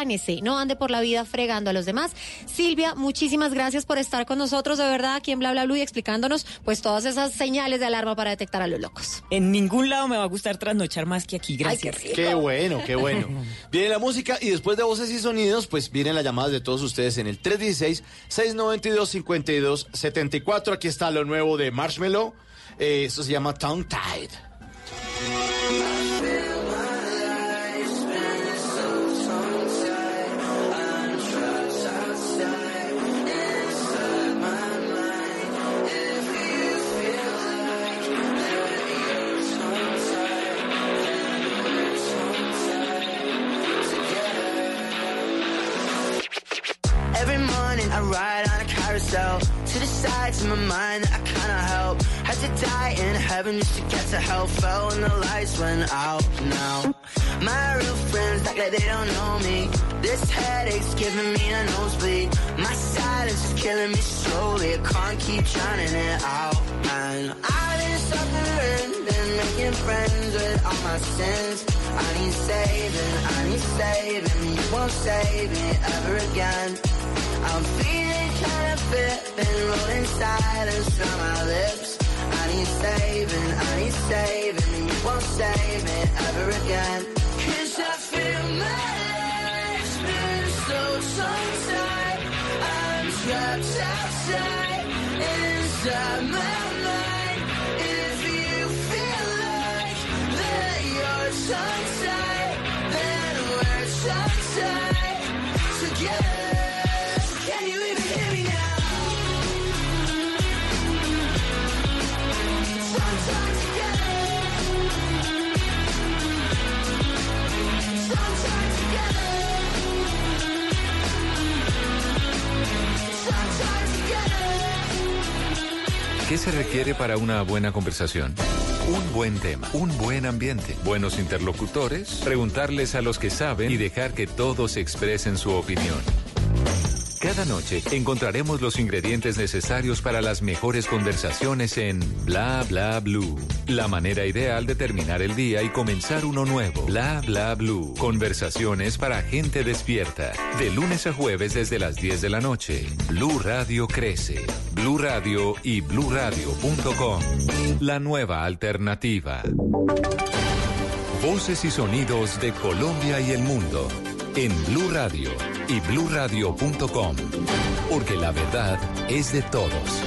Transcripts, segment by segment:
gánese, no ande por la vida fregando a los demás. Silvia, muchísimas gracias por estar con nosotros, de verdad, aquí en Bla Bla Blue y explicándonos pues todas esas señales de alarma para detectar a los locos. En ningún lado me va a gustar trasnochar más que aquí, gracias. Ay, Qué bueno, qué bueno. Viene la música y después de Voces y Sonidos, pues vienen las llamadas de todos ustedes en el 316-692-5274. Aquí está lo nuevo de Marshmello. Esto se llama Tongue Tied. I ride on a carousel to the sides of my mind that I cannot help. Had to die in heaven just to get to hell. Fell when the lights went out. Now my real friends act like they don't know me. This headache's giving me a nosebleed. My silence is killing me slowly. I can't keep drowning it out. And I've been suffering, been making friends with all my sins. I need saving, you won't save me ever again. I'm feeling kind of fit, been rolling silence from my lips. I need saving, you won't save me ever again. 'Cause I feel my life's been so tongue-tied. I'm trapped outside, inside my mind. If you feel like that you're tongue-tied, then we're tongue-tied together. Can you even hear me now? Tongue-tied together. Tongue-tied together. Tongue-tied together. ¿Qué se requiere para una buena conversación? Un buen tema, un buen ambiente, buenos interlocutores, preguntarles a los que saben y dejar que todos expresen su opinión. Cada noche encontraremos los ingredientes necesarios para las mejores conversaciones en Bla Bla Blue. La manera ideal de terminar el día y comenzar uno nuevo. Bla Bla Blue. Conversaciones para gente despierta. De lunes a jueves desde las 10 de la noche. Blue Radio crece. Blue Radio y bluradio.com. La nueva alternativa. Voces y sonidos de Colombia y el mundo. En Blue Radio y bluradio.com, porque la verdad es de todos.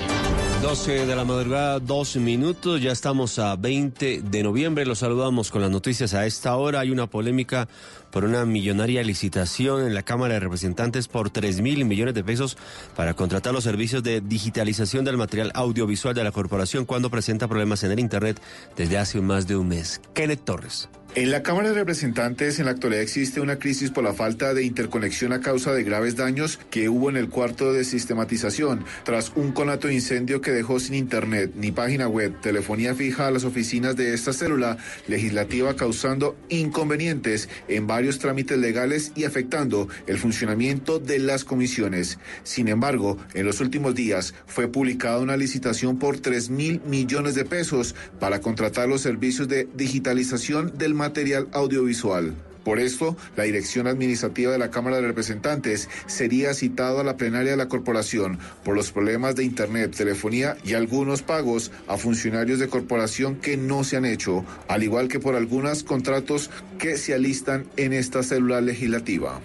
12 de la madrugada, 2 minutos, ya estamos a 20 de noviembre, los saludamos con las noticias a esta hora. Hay una polémica por una millonaria licitación en la Cámara de Representantes por 3.000 millones de pesos para contratar los servicios de digitalización del material audiovisual de la corporación cuando presenta problemas en el Internet desde hace más de un mes. Kenneth Torres. En la Cámara de Representantes en la actualidad existe una crisis por la falta de interconexión a causa de graves daños que hubo en el cuarto de sistematización, tras un conato incendio que dejó sin internet ni página web, telefonía fija a las oficinas de esta célula legislativa, causando inconvenientes en varios trámites legales y afectando el funcionamiento de las comisiones. Sin embargo, en los últimos días fue publicada una licitación por 3.000 millones de pesos para contratar los servicios de digitalización del material audiovisual. Por esto, la dirección administrativa de la Cámara de Representantes sería citado a la plenaria de la corporación por los problemas de internet, telefonía y algunos pagos a funcionarios de corporación que no se han hecho, al igual que por algunos contratos que se alistan en esta célula legislativa.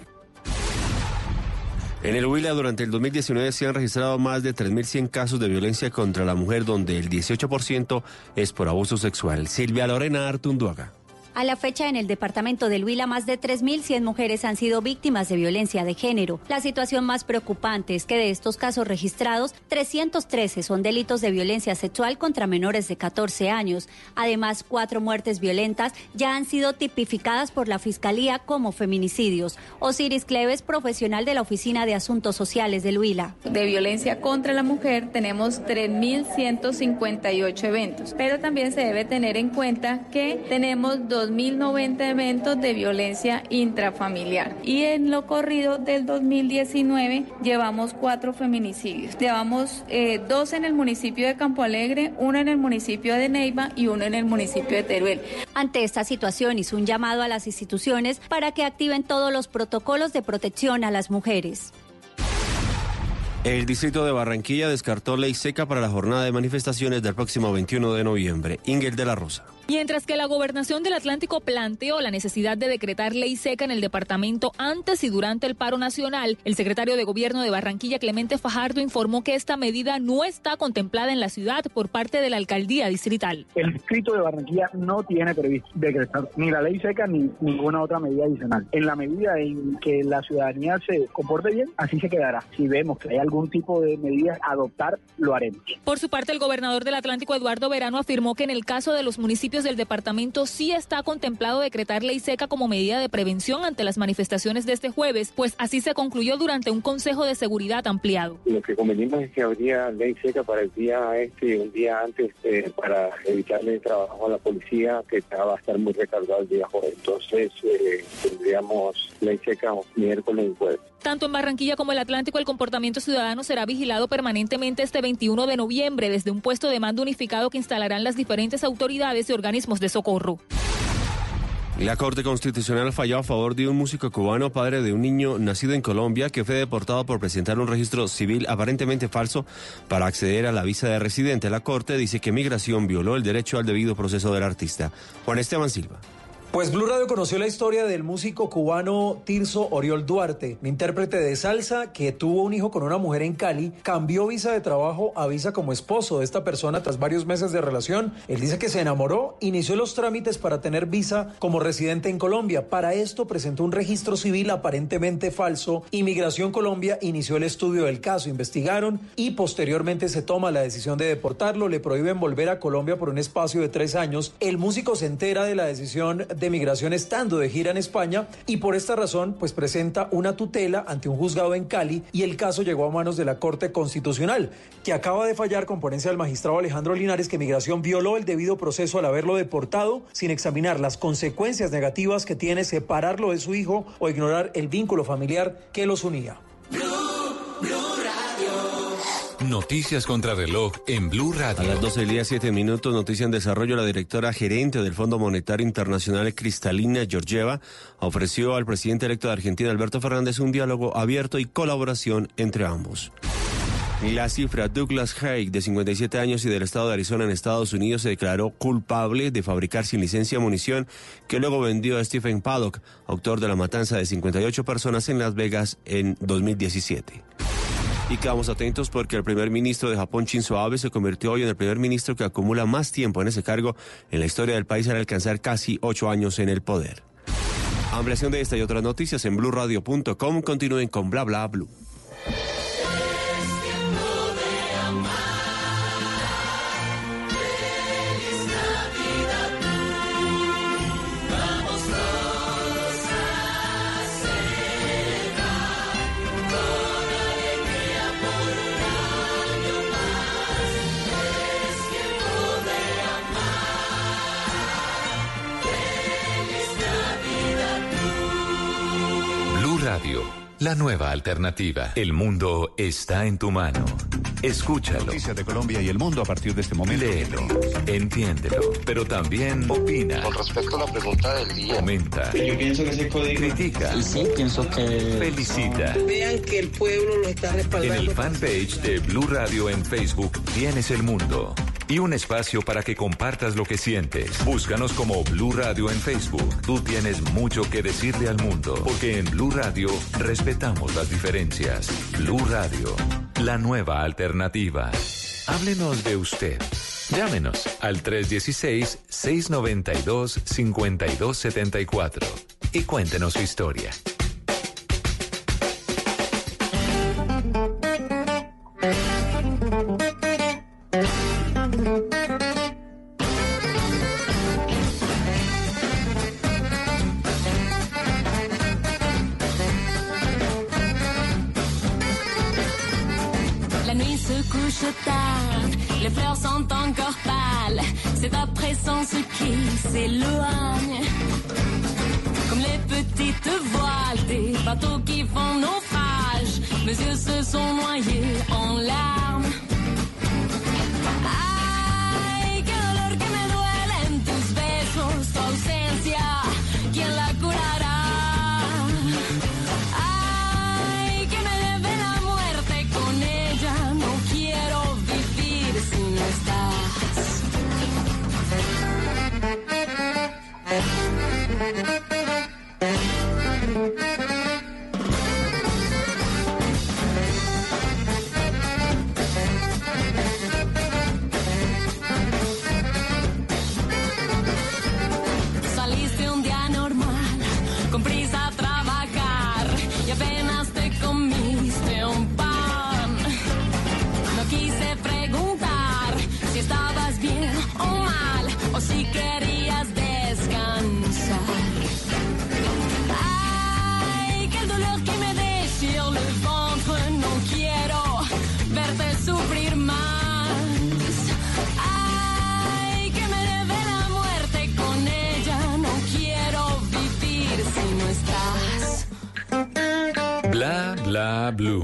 En el Huila, durante el 2019 se han registrado más de 3.100 casos de violencia contra la mujer, donde el 18% es por abuso sexual. Silvia Lorena Artunduaga. A la fecha, en el departamento del Huila, más de 3.100 mujeres han sido víctimas de violencia de género. La situación más preocupante es que de estos casos registrados, 313 son delitos de violencia sexual contra menores de 14 años. Además, 4 muertes violentas ya han sido tipificadas por la Fiscalía como feminicidios. Osiris Cleves, profesional de la Oficina de Asuntos Sociales del Huila. De violencia contra la mujer tenemos 3.158 eventos, pero también se debe tener en cuenta que tenemos 2.090 eventos de violencia intrafamiliar. Y en lo corrido del 2019 llevamos 4 feminicidios. Llevamos 2 en el municipio de Campo Alegre, 1 en el municipio de Neiva y 1 en el municipio de Teruel. Ante esta situación hizo un llamado a las instituciones para que activen todos los protocolos de protección a las mujeres. El distrito de Barranquilla descartó ley seca para la jornada de manifestaciones del próximo 21 de noviembre. Ingel de la Rosa. Mientras que la Gobernación del Atlántico planteó la necesidad de decretar ley seca en el departamento antes y durante el paro nacional, el secretario de Gobierno de Barranquilla, Clemente Fajardo, informó que esta medida no está contemplada en la ciudad por parte de la alcaldía distrital. El distrito de Barranquilla no tiene previsto decretar ni la ley seca ni ninguna otra medida adicional. En la medida en que la ciudadanía se comporte bien, así se quedará. Si vemos que hay algún tipo de medidas a adoptar, lo haremos. Por su parte, el gobernador del Atlántico, Eduardo Verano, afirmó que en el caso de los municipios del departamento sí está contemplado decretar ley seca como medida de prevención ante las manifestaciones de este jueves, pues así se concluyó durante un consejo de seguridad ampliado. Lo que convenimos es que habría ley seca para el día y un día antes para evitarle el trabajo a la policía, que va a estar muy recargado el día jueves. Entonces tendríamos ley seca miércoles y jueves. Tanto en Barranquilla como el Atlántico, el comportamiento ciudadano será vigilado permanentemente este 21 de noviembre desde un puesto de mando unificado que instalarán las diferentes autoridades y organismos de socorro. La Corte Constitucional falló a favor de un músico cubano, padre de un niño nacido en Colombia, que fue deportado por presentar un registro civil aparentemente falso para acceder a la visa de residente. La Corte dice que Migración violó el derecho al debido proceso del artista. Juan Esteban Silva. Pues Blue Radio conoció la historia del músico cubano Tirso Oriol Duarte, un intérprete de salsa que tuvo un hijo con una mujer en Cali, cambió visa de trabajo a visa como esposo de esta persona tras varios meses de relación. Él dice que se enamoró, inició los trámites para tener visa como residente en Colombia. Para esto presentó un registro civil aparentemente falso. Inmigración Colombia inició el estudio del caso, investigaron y posteriormente se toma la decisión de deportarlo. Le prohíben volver a Colombia por un espacio de 3 años. El músico se entera de la decisión de Migración estando de gira en España y por esta razón pues presenta una tutela ante un juzgado en Cali y el caso llegó a manos de la Corte Constitucional, que acaba de fallar con ponencia del magistrado Alejandro Linares que Migración violó el debido proceso al haberlo deportado sin examinar las consecuencias negativas que tiene separarlo de su hijo o ignorar el vínculo familiar que los unía. Noticias contra reloj en Blue Radio. A las 12:07, noticia en desarrollo. La directora gerente del Fondo Monetario Internacional, Cristalina Georgieva, ofreció al presidente electo de Argentina, Alberto Fernández, un diálogo abierto y colaboración entre ambos. La cifra: Douglas Haig, de 57 años y del estado de Arizona en Estados Unidos, se declaró culpable de fabricar sin licencia munición que luego vendió a Stephen Paddock, autor de la matanza de 58 personas en Las Vegas en 2017. Y quedamos atentos porque el primer ministro de Japón, Shinzo Abe, se convirtió hoy en el primer ministro que acumula más tiempo en ese cargo en la historia del país al alcanzar casi 8 años en el poder. Ampliación de esta y otras noticias en bluradio.com. Continúen con Bla Bla Blue. Radio, la nueva alternativa. El mundo está en tu mano. Escúchalo. Noticias de Colombia y el mundo a partir de este momento. Léelo, entiéndelo, pero también opina. Con respecto a la pregunta del día. Comenta. Yo pienso que ese código. Critica. Y sí, pienso que. Felicita. Vean que el pueblo lo está respaldando. En el fanpage de Blue Radio en Facebook tienes el mundo. Y un espacio para que compartas lo que sientes. Búscanos como Blue Radio en Facebook. Tú tienes mucho que decirle al mundo, porque en Blue Radio respetamos las diferencias. Blue Radio, la nueva alternativa. Háblenos de usted. Llámenos al 316-692-5274 y cuéntenos su historia. La nuit se couche tard Les fleurs sont encore pâles, c'est ta présence qui s'éloigne. Comme les petites voiles des bateaux qui font naufrage, mes yeux se sont noyés en larmes. Ay, qué dolor que me duele en tus besos, tu ausencia, ¿quién la curará? Ay, que me debe la muerte, con ella no quiero vivir si no estás. Saliste un día normal, con prisa a trabajar, y apenas te comiste un pan. No quise preguntar si estabas bien o mal, o si querías descansar. Ay, quel dolor que me déchire le ventre, no quiero verte sufrir más. Ay, que me debe la muerte, con ella no quiero vivir si no estás. Bla bla blue.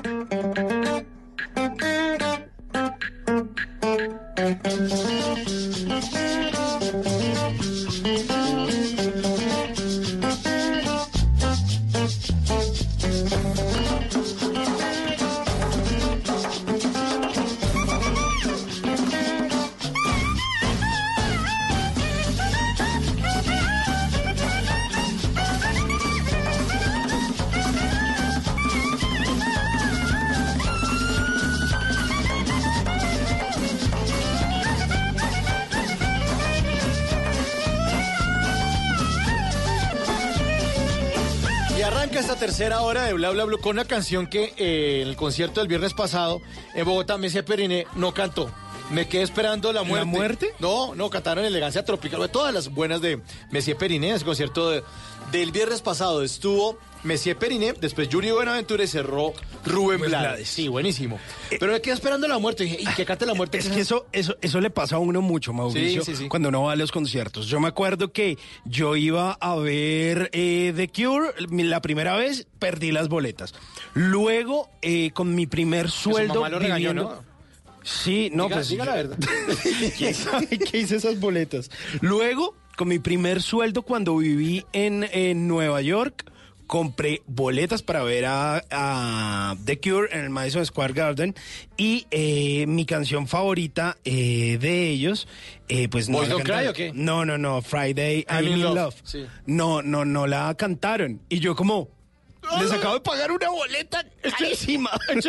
Arranca esta tercera hora de Bla Bla Blue con una canción que en el concierto del viernes pasado en Bogotá, Messier Periné no cantó. Me quedé esperando la muerte. ¿La muerte? No, cantaron Elegancia Tropical. Todas las buenas de Messier Periné en ese concierto del viernes pasado. Estuvo Messier Periné, después Yuri Buenaventura y cerró Rubén Blades. Sí, buenísimo. Pero me quedé esperando la muerte. Dije, ¿y que cante la muerte? Es que eso le pasa a uno mucho, Mauricio, sí. Cuando uno va a los conciertos. Yo me acuerdo que yo iba a ver The Cure, la primera vez perdí las boletas. Luego, con mi primer sueldo... Su mamá lo regañó, ¿no? Sí, no, diga la verdad. ¿Quién sabe qué hice esas boletas? Luego, con mi primer sueldo, cuando viví en Nueva York, compré boletas para ver a The Cure en el Madison Square Garden y mi canción favorita de ellos, pues no ¿Boys la Don't Cry cantaron. o qué? No, Friday I'm in Love. Sí. No la cantaron. Y yo como... Les acabo de pagar una boleta carísima.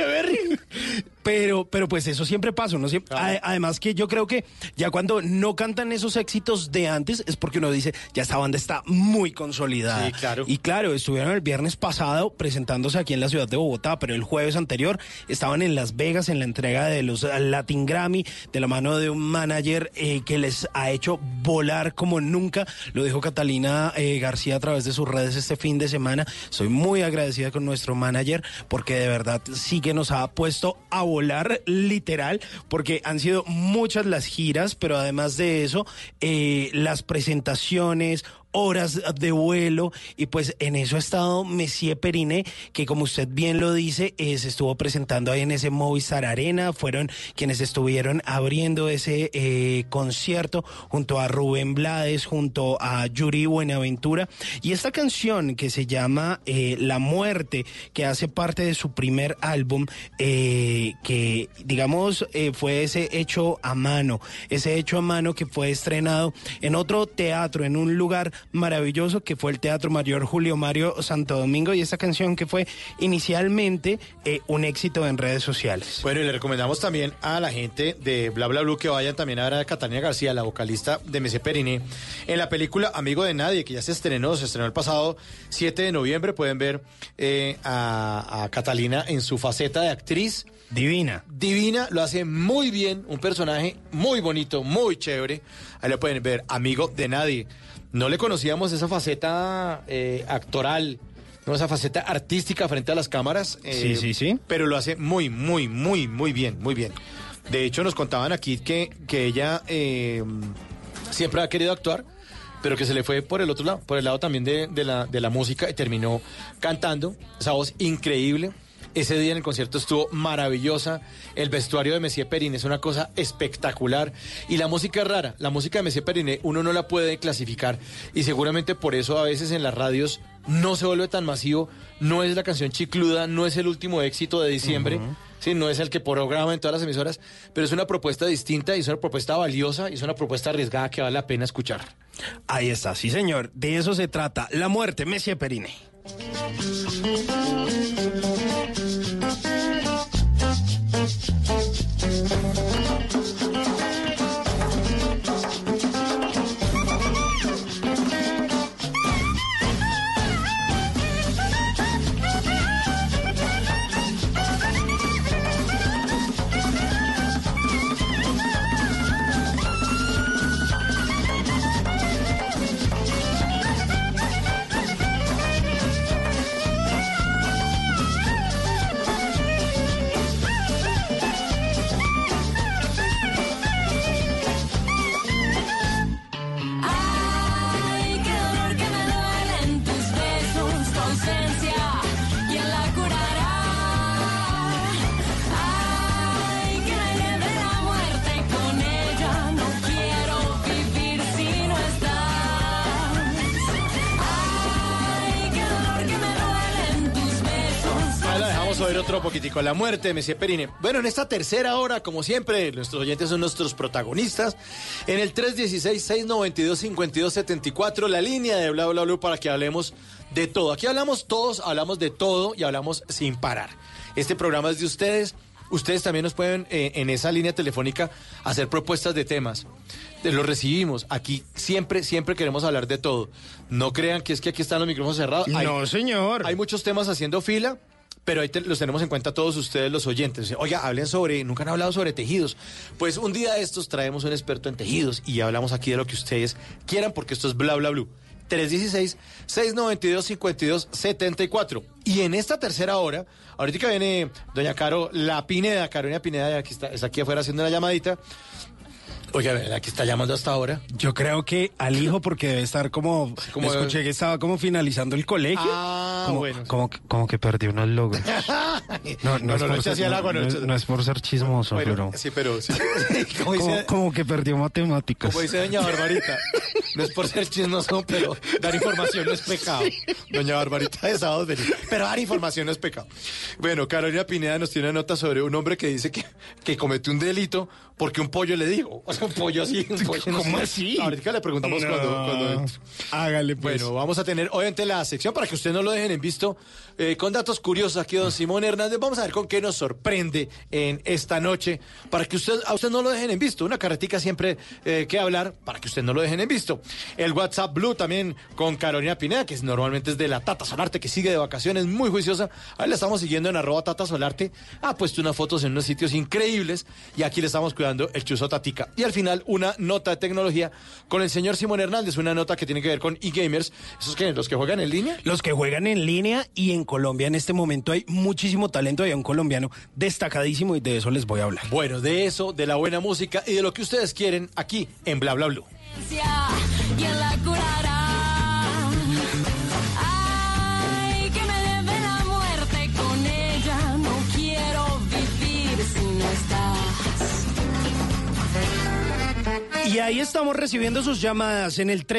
Pero pues eso siempre pasa, ¿no? Además que yo creo que ya cuando no cantan esos éxitos de antes es porque uno dice, ya esta banda está muy consolidada. Sí, claro. Y claro, estuvieron el viernes pasado presentándose aquí en la ciudad de Bogotá, pero el jueves anterior estaban en Las Vegas en la entrega de los Latin Grammy de la mano de un manager que les ha hecho volar como nunca. Lo dijo Catalina García a través de sus redes este fin de semana. Soy muy agradecida con nuestro manager porque de verdad sí que nos ha puesto a volar literal, porque han sido muchas las giras, pero además de eso, las presentaciones, horas de vuelo, y pues en eso ha estado Messier Periné, que como usted bien lo dice, se estuvo presentando ahí en ese Movistar Arena, fueron quienes estuvieron abriendo ese concierto junto a Rubén Blades, junto a Yuri Buenaventura, y esta canción que se llama La Muerte, que hace parte de su primer álbum, que digamos fue ese hecho a mano que fue estrenado en otro teatro, en un lugar maravilloso que fue el Teatro Mayor Julio Mario Santo Domingo, y esta canción que fue inicialmente un éxito en redes sociales. Bueno, y le recomendamos también a la gente de Bla Bla Blue que vayan también a ver a Catalina García, la vocalista de Messier Periné, en la película Amigo de Nadie, que ya se estrenó el pasado 7 de noviembre. Pueden ver a Catalina en su faceta de actriz. Divina, lo hace muy bien, un personaje muy bonito, muy chévere. Ahí lo pueden ver, Amigo de Nadie. No le conocíamos esa faceta actoral, no, esa faceta artística frente a las cámaras. Sí. Pero lo hace muy bien, muy bien. De hecho, nos contaban aquí que ella siempre ha querido actuar, pero que se le fue por el otro lado, por el lado también de la música, y terminó cantando. Esa voz increíble. Ese día en el concierto estuvo maravillosa. El vestuario de Messier Periné es una cosa espectacular. Y la música es rara. La música de Messier Periné uno no la puede clasificar. Y seguramente por eso a veces en las radios no se vuelve tan masivo. No es la canción chicluda, no es el último éxito de diciembre. Sí, no es el que programa en todas las emisoras. Pero es una propuesta distinta y es una propuesta valiosa y es una propuesta arriesgada que vale la pena escuchar. Ahí está, sí señor. De eso se trata. La muerte, Messier Periné. Otro poquitico, la muerte de Messier Periné. Bueno, en esta tercera hora, como siempre, nuestros oyentes son nuestros protagonistas. En el 316-692-5274, la línea de Bla Bla Blue para que hablemos de todo. Aquí hablamos todos, hablamos de todo y hablamos sin parar. Este programa es de ustedes. Ustedes también nos pueden, en esa línea telefónica, hacer propuestas de temas. Los recibimos. Aquí siempre queremos hablar de todo. No crean que es que aquí están los micrófonos cerrados. No, señor. Hay muchos temas haciendo fila. Pero ahí los tenemos en cuenta todos ustedes, los oyentes. Oiga, hablen nunca han hablado sobre tejidos. Pues un día de estos traemos un experto en tejidos y hablamos aquí de lo que ustedes quieran, porque esto es Bla Bla Blue. 316-692-5274. Y en esta tercera hora, ahorita viene doña Carolina Pineda, aquí está aquí afuera haciendo una llamadita. Oiga, ¿verdad que está llamando hasta ahora? Yo creo que al hijo, porque debe estar como escuché que estaba como finalizando el colegio. Bueno. Como que perdió unos logros. No es por ser chismoso, bueno, pero... Sí. como que perdió matemáticas. Como dice doña Barbarita, no es por ser chismoso, pero dar información no es pecado. Doña Barbarita de sábado, pero dar información no es pecado. Bueno, Carolina Pineda nos tiene una nota sobre un hombre que dice que cometió un delito porque un pollo le dijo. O sea, un pollo así, un pollo. ¿Cómo así? Ahorita le preguntamos cuando hágale, pues. Bueno, vamos a tener obviamente la sección para que ustedes no lo dejen en visto, con datos curiosos aquí, don Simón Hernández. Vamos a ver con qué nos sorprende en esta noche, para que a usted no lo dejen en visto. Una carretica siempre que hablar, para que usted no lo dejen en visto. El WhatsApp Blue también con Carolina Pineda, que normalmente es de la Tata Solarte, que sigue de vacaciones, muy juiciosa. Ahí la estamos siguiendo en @Tata Solarte. Ha puesto unas fotos en unos sitios increíbles y aquí le estamos cuidando el chuzo Tatica. Y al final, una nota de tecnología con el señor Simón Hernández, una nota que tiene que ver con e-gamers. ¿Esos que los que juegan en línea? Los que juegan en línea, y en Colombia en este momento hay muchísimo talento. Hay un colombiano destacadísimo y de eso les voy a hablar. Bueno, de eso, de la buena música y de lo que ustedes quieren aquí en Bla Bla Blue. ¿Quién la curará? Ay, que me debe la muerte con ella. No quiero vivir si no estás. Y ahí estamos recibiendo sus llamadas en el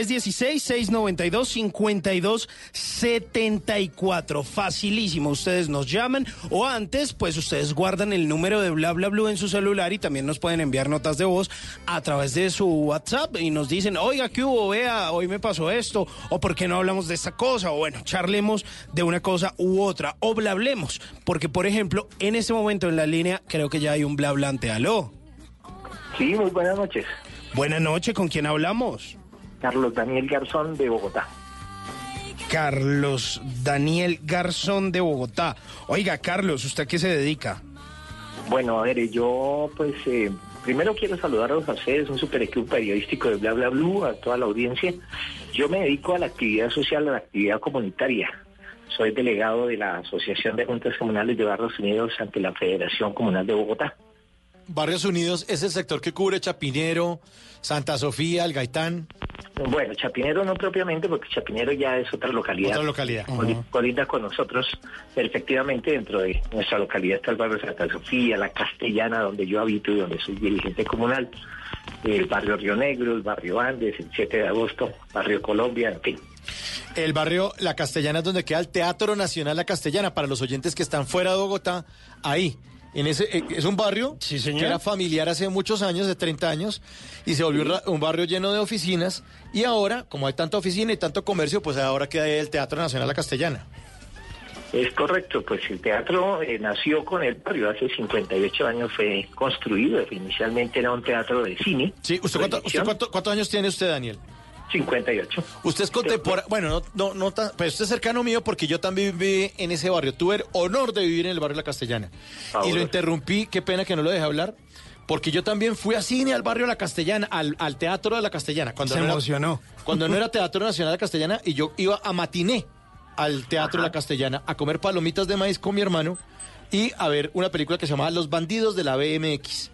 316-692-5274. Facilísimo, ustedes nos llaman, o antes, pues ustedes guardan el número de Bla Bla Blue en su celular y también nos pueden enviar notas de voz a través de su WhatsApp y nos dicen, oiga, ¿qué hubo? Vea, hoy me pasó esto, o ¿por qué no hablamos de esta cosa? O bueno, charlemos de una cosa u otra, o blablemos, porque por ejemplo, en este momento en la línea creo que ya hay un blablante. ¿Aló? Sí, muy buenas noches. Buenas noches, ¿con quién hablamos? Carlos Daniel Garzón de Bogotá. Carlos Daniel Garzón de Bogotá. Oiga, Carlos, ¿usted a qué se dedica? Bueno, a ver, yo pues primero quiero saludarlos a ustedes, un super equipo periodístico de Bla Bla Blue, a toda la audiencia. Yo me dedico a la actividad social, a la actividad comunitaria. Soy delegado de la Asociación de Juntas Comunales de Barrios Unidos ante la Federación Comunal de Bogotá. Barrios Unidos es el sector que cubre Chapinero, Santa Sofía, El Gaitán. Bueno, Chapinero no propiamente, porque Chapinero ya es otra localidad. Otra localidad. Colinda con nosotros. Efectivamente, dentro de nuestra localidad está el barrio Santa Sofía, La Castellana, donde yo habito y donde soy dirigente comunal, el barrio Río Negro, el barrio Andes, el 7 de agosto, barrio Colombia, en fin. El barrio La Castellana es donde queda el Teatro Nacional La Castellana, para los oyentes que están fuera de Bogotá, ahí. Es un barrio que era familiar hace muchos años, de 30 años, y se volvió un barrio lleno de oficinas, y ahora, como hay tanta oficina y tanto comercio, pues ahora queda ahí el Teatro Nacional La Castellana. Es correcto, pues el teatro nació con el barrio, hace 58 años fue construido, inicialmente era un teatro de cine. Sí, ¿cuántos años tiene usted, Daniel? 58. Usted es contemporáneo, bueno, pero usted es cercano mío porque yo también viví en ese barrio. Tuve el honor de vivir en el barrio La Castellana. Y lo interrumpí, qué pena que no lo dejé hablar, porque yo también fui a cine al barrio La Castellana, al Teatro de La Castellana. Se emocionó. Cuando no era Teatro Nacional La Castellana, y yo iba a matiné al Teatro de La Castellana a comer palomitas de maíz con mi hermano y a ver una película que se llamaba Los Bandidos de la BMX.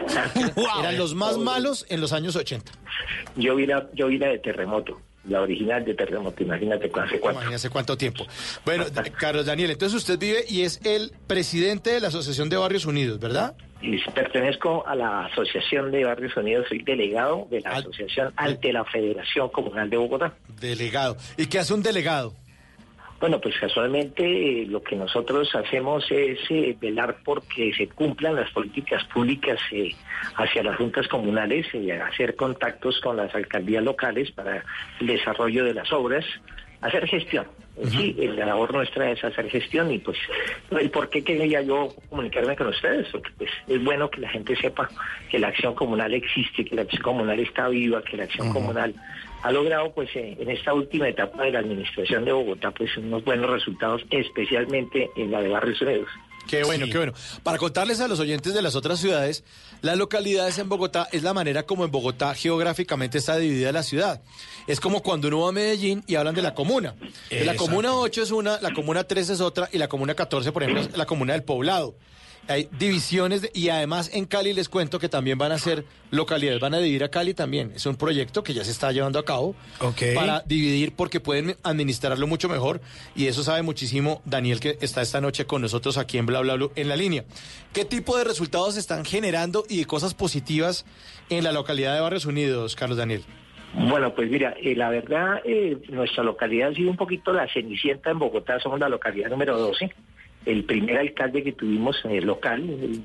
Eran los más malos en los años 80. Yo vi la de Terremoto, la original de Terremoto, imagínate hace cuánto tiempo. Bueno, Carlos Daniel, entonces usted vive y es el presidente de la Asociación de Barrios Unidos, ¿verdad? Y pertenezco a la Asociación de Barrios Unidos, soy delegado de la asociación ante la Federación Comunal de Bogotá. Delegado. ¿Y qué hace un delegado? Bueno, pues casualmente lo que nosotros hacemos es velar porque se cumplan las políticas públicas hacia las juntas comunales, hacer contactos con las alcaldías locales para el desarrollo de las obras, hacer gestión. Sí, la labor nuestra es hacer gestión y pues el por qué quería yo comunicarme con ustedes, porque pues es bueno que la gente sepa que la acción comunal existe, que la acción comunal está viva, que la acción comunal ha logrado pues en esta última etapa de la administración de Bogotá pues unos buenos resultados, especialmente en la de Barrios Unidos. Qué bueno, qué bueno. Para contarles a los oyentes de las otras ciudades, las localidades en Bogotá es la manera como en Bogotá geográficamente está dividida la ciudad. Es como cuando uno va a Medellín y hablan de la comuna. La comuna 8 es una, la comuna 3 es otra y la comuna 14, por ejemplo, es la comuna del Poblado. Hay divisiones y además en Cali les cuento que también van a ser localidades, van a dividir a Cali también. Es un proyecto que ya se está llevando a cabo para dividir porque pueden administrarlo mucho mejor y eso sabe muchísimo Daniel, que está esta noche con nosotros aquí en Bla Bla Bla en la línea. ¿Qué tipo de resultados se están generando y de cosas positivas en la localidad de Barrios Unidos, Carlos Daniel? Bueno, pues mira, la verdad, nuestra localidad ha sido un poquito la cenicienta en Bogotá, somos la localidad número 12. El primer alcalde que tuvimos local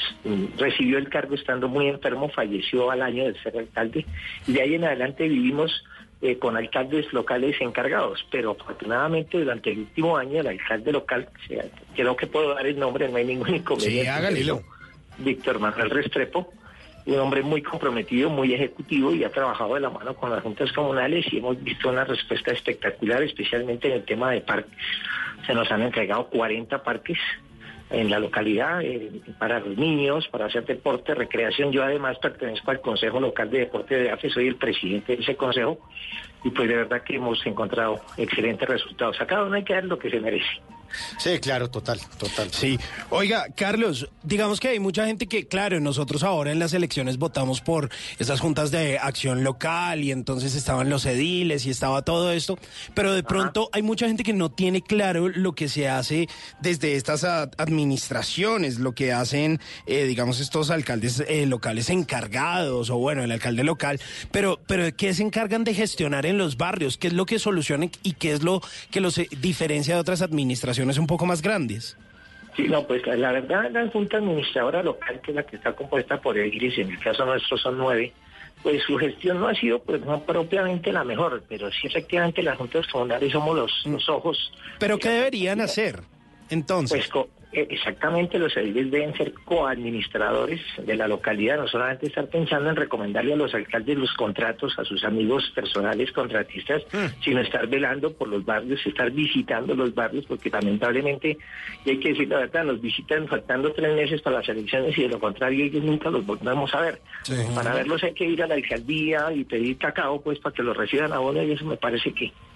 recibió el cargo estando muy enfermo, falleció al año de ser alcalde y de ahí en adelante vivimos con alcaldes locales encargados, pero afortunadamente durante el último año el alcalde local, creo que puedo dar el nombre, no hay ningún inconveniente. Sí, háganlo. Víctor Manuel Restrepo, un hombre muy comprometido, muy ejecutivo y ha trabajado de la mano con las juntas comunales y hemos visto una respuesta espectacular, especialmente en el tema de parques. Se nos han entregado 40 parques en la localidad para los niños, para hacer deporte, recreación. Yo además pertenezco al Consejo Local de Deporte de AFE, soy el presidente de ese consejo y pues de verdad que hemos encontrado excelentes resultados. A cada uno hay que dar lo que se merece. Sí, claro, total. Sí. Oiga, Carlos, digamos que hay mucha gente que, claro, nosotros ahora en las elecciones votamos por esas juntas de acción local y entonces estaban los ediles y estaba todo esto, pero de pronto hay mucha gente que no tiene claro lo que se hace desde estas administraciones, lo que hacen, digamos, estos alcaldes locales encargados o bueno, el alcalde local, pero ¿qué se encargan de gestionar en los barrios? ¿Qué es lo que solucionan y qué es lo que los diferencia de otras administraciones un poco más grandes? Sí, no, pues la verdad la Junta Administradora Local, que es la que está compuesta por ediles, en el caso nuestro son 9, pues su gestión no ha sido pues no propiamente la mejor, pero sí efectivamente las juntas comunales somos los ojos. ¿Pero qué deberían hacer entonces? Pues exactamente, los ediles deben ser coadministradores de la localidad, no solamente estar pensando en recomendarle a los alcaldes los contratos a sus amigos personales contratistas, sino estar velando por los barrios, estar visitando los barrios, porque lamentablemente, y hay que decir la verdad, nos visitan faltando 3 meses para las elecciones y de lo contrario ellos nunca los volvemos a ver. Sí. Para verlos hay que ir a la alcaldía y pedir cacao pues para que los reciban a uno y eso me parece que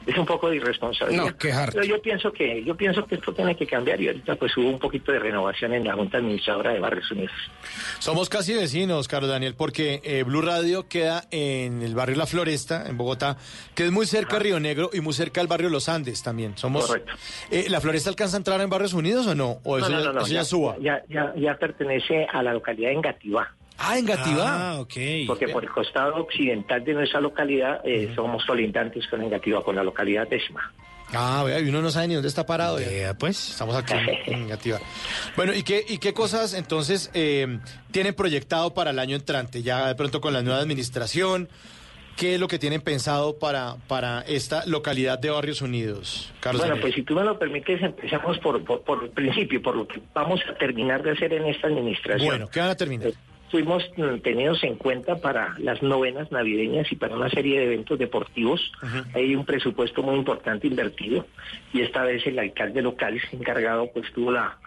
Es un poco de irresponsabilidad. No, qué harto. Pero yo pienso que esto tiene que cambiar y ahorita pues hubo un poquito de renovación en la Junta Administradora de Barrios Unidos. Somos casi vecinos, Carlos Daniel, porque Blue Radio queda en el barrio La Floresta, en Bogotá, que es muy cerca a Río Negro y muy cerca al barrio Los Andes también. Somos. Correcto. ¿La Floresta alcanza a entrar en Barrios Unidos o no? ¿O eso No, ya suba? Ya pertenece a la localidad de Engativá. Ah, Engativá. Ah, ok. Porque por el costado occidental de nuestra localidad somos colindantes con Engativá, con la localidad 10ª. Ah, vea, y uno no sabe ni dónde está parado. Pues estamos aquí en Engativá. Bueno, ¿y qué cosas entonces tienen proyectado para el año entrante? Ya de pronto con la nueva administración, ¿qué es lo que tienen pensado para esta localidad de Barrios Unidos, Carlos? Bueno, Daniel? pues si tú me lo permites, empezamos por el principio, por lo que vamos a terminar de hacer en esta administración. Bueno, ¿qué van a terminar? Fuimos tenidos en cuenta para las novenas navideñas y para una serie de eventos deportivos. Hay un presupuesto muy importante invertido y esta vez el alcalde local encargado pues tuvo la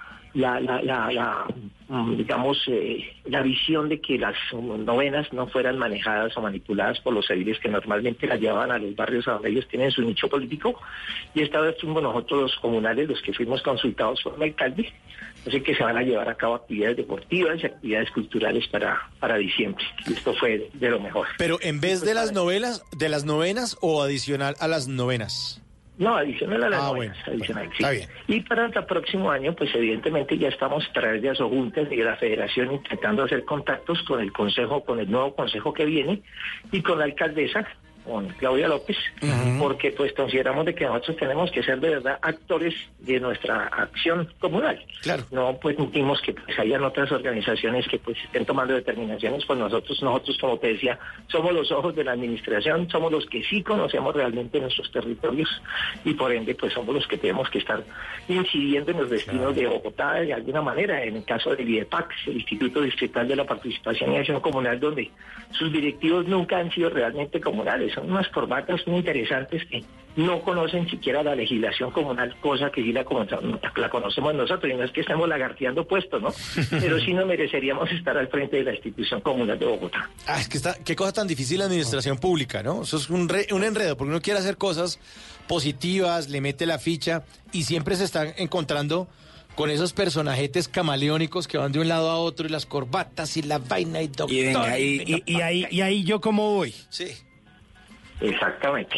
visión de que las novenas no fueran manejadas o manipuladas por los ediles que normalmente las llevaban a los barrios a donde ellos tienen su nicho político, y esta vez fuimos nosotros los comunales los que fuimos consultados por el alcalde, así que se van a llevar a cabo actividades deportivas y actividades culturales para diciembre, y esto fue de lo mejor. Pero en vez de las novenas o adicional a las novenas. No, adicional a las novenas, adicional, sí. Está bien. Y para el próximo año, pues evidentemente ya estamos a través de Asojuntas y de la Federación intentando hacer contactos con el Consejo, con el nuevo Consejo que viene y con la alcaldesa, con Claudia López, porque pues consideramos de que nosotros tenemos que ser de verdad actores de nuestra acción comunal. Claro. No permitimos que pues hayan otras organizaciones que pues estén tomando determinaciones, pues nosotros como te decía, somos los ojos de la administración, somos los que sí conocemos realmente nuestros territorios y por ende pues somos los que tenemos que estar incidiendo en los destinos de Bogotá de alguna manera, en el caso del IDEPAC, el Instituto Distrital de la Participación y Acción Comunal, donde sus directivos nunca han sido realmente comunales. Son unas corbatas muy interesantes que no conocen siquiera la legislación comunal, cosa que sí la conocemos nosotros, y no es que estemos lagarteando puestos, ¿no? Pero sí nos mereceríamos estar al frente de la institución comunal de Bogotá. Es que qué cosa tan difícil la administración pública, ¿no? Eso es un enredo, porque uno quiere hacer cosas positivas, le mete la ficha, y siempre se están encontrando con esos personajetes camaleónicos que van de un lado a otro, y las corbatas, y la vaina, y doctor. Y venga, y ahí yo cómo voy. Sí. Exactamente.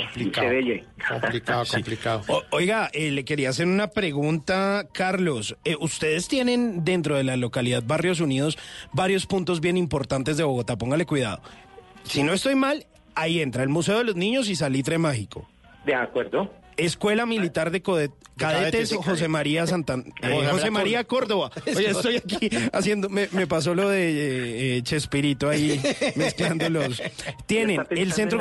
Complicado. Oiga, le quería hacer una pregunta, Carlos. Ustedes tienen dentro de la localidad Barrios Unidos varios puntos bien importantes de Bogotá. Póngale cuidado. Si no estoy mal, ahí entra el Museo de los Niños y Salitre Mágico. De acuerdo. Escuela Militar de Cadetes José María José María Córdoba. Oye, estoy aquí haciendo, me pasó lo de Chespirito ahí mezclándolos. Tienen el Centro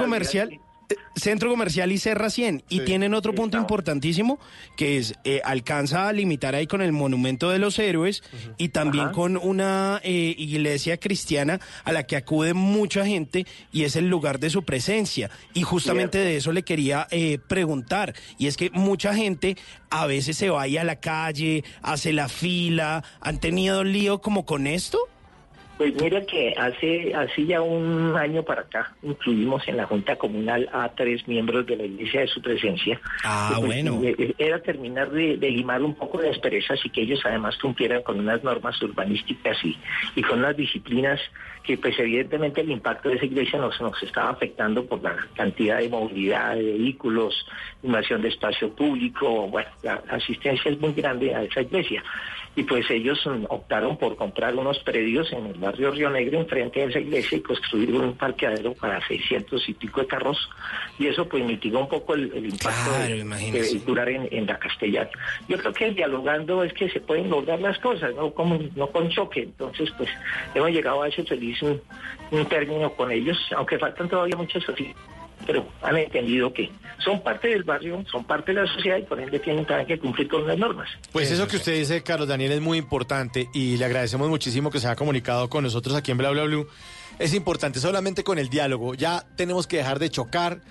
Comercial y Serra 100 y tienen otro punto importantísimo que es alcanza a limitar ahí con el Monumento de los Héroes y también con una iglesia cristiana a la que acude mucha gente y es el lugar de su presencia, y justamente de eso le quería preguntar, y es que mucha gente a veces se va ahí a la calle, hace la fila. ¿Han tenido lío como con esto? Pues mira que hace ya un año para acá incluimos en la Junta Comunal a 3 miembros de la Iglesia de su presencia. Bueno. Era terminar de limar un poco de asperezas y que ellos además cumplieran con unas normas urbanísticas y con unas disciplinas que pues evidentemente el impacto de esa iglesia nos estaba afectando por la cantidad de movilidad de vehículos, invasión de espacio público. Bueno, la asistencia es muy grande a esa iglesia. Y pues ellos optaron por comprar unos predios en el barrio Río Negro enfrente de esa iglesia y construir un parqueadero para 600 y pico de carros, y eso pues mitigó un poco el impacto de vehicular en la Castellana. Yo creo que dialogando es que se pueden lograr las cosas, no con choque. Entonces pues hemos llegado a ese feliz un término con ellos, aunque faltan todavía muchas cosas, pero han entendido que son parte del barrio, son parte de la sociedad y por ende tienen también que cumplir con las normas. Pues eso que usted dice, Carlos Daniel, es muy importante y le agradecemos muchísimo que se haya comunicado con nosotros aquí en Bla Bla Blue. Es importante solamente con el diálogo. Ya tenemos que dejar de chocar.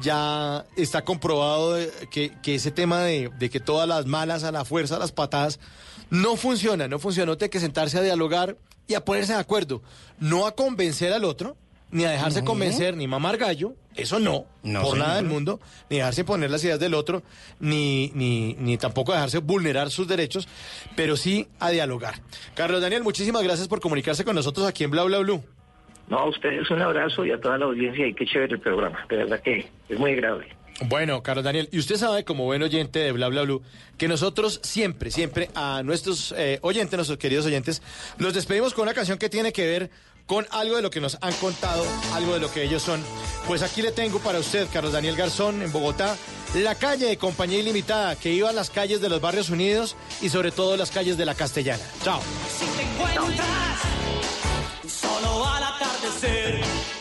Ya está comprobado que ese tema de que todas las malas a la fuerza, las patadas, no funciona. No tiene que sentarse a dialogar y a ponerse de acuerdo. No a convencer al otro, ni a dejarse convencer, ni mamar gallo, eso no por nada del mundo, ni dejarse poner las ideas del otro, ni tampoco dejarse vulnerar sus derechos, pero sí a dialogar. Carlos Daniel, muchísimas gracias por comunicarse con nosotros aquí en Bla Bla Blue. No, a ustedes un abrazo y a toda la audiencia, y qué chévere el programa, de verdad que es muy agradable. Bueno, Carlos Daniel, y usted sabe, como buen oyente de Bla Bla Blue, que nosotros siempre a nuestros oyentes, nuestros queridos oyentes, los despedimos con una canción que tiene que ver con algo de lo que nos han contado, algo de lo que ellos son. Pues aquí le tengo para usted, Carlos Daniel Garzón, en Bogotá, La Calle de Compañía Ilimitada, que iba a las calles de los Barrios Unidos y sobre todo las calles de la Castellana. Chao. Si te encuentras solo al atardecer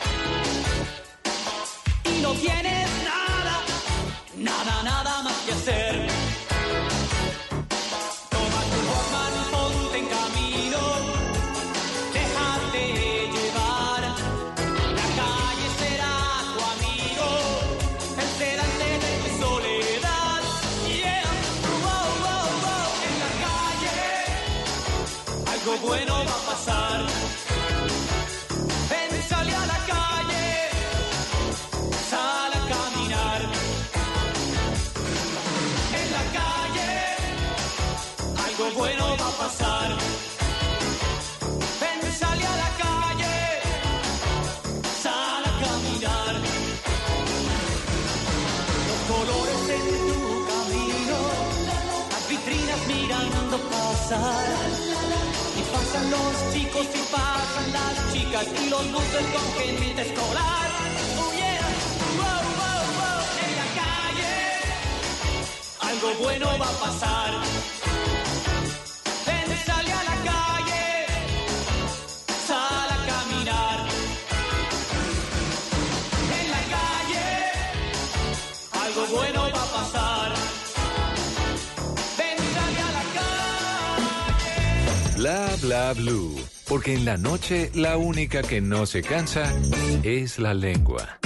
y no tienes nada más que hacer, toma tu Walkman, ponte en camino, déjate llevar, la calle será tu amigo, el sedante de tu soledad, yeah, en la calle algo bueno va a pasar, ven, sale a la calle, sal a caminar. Algo bueno va a pasar. Ven, sale a la calle, sal a caminar. Los colores en tu camino, las vitrinas mirando pasar. Y pasan los chicos y pasan las chicas y los buses con gente escolar. Oh yeah, wow, wow, wow. En la calle algo bueno va a pasar. Sale a la calle, sal a caminar. En la calle, algo bueno va a pasar. Ven, sale a la calle. Bla Bla Blue, porque en la noche la única que no se cansa es la lengua.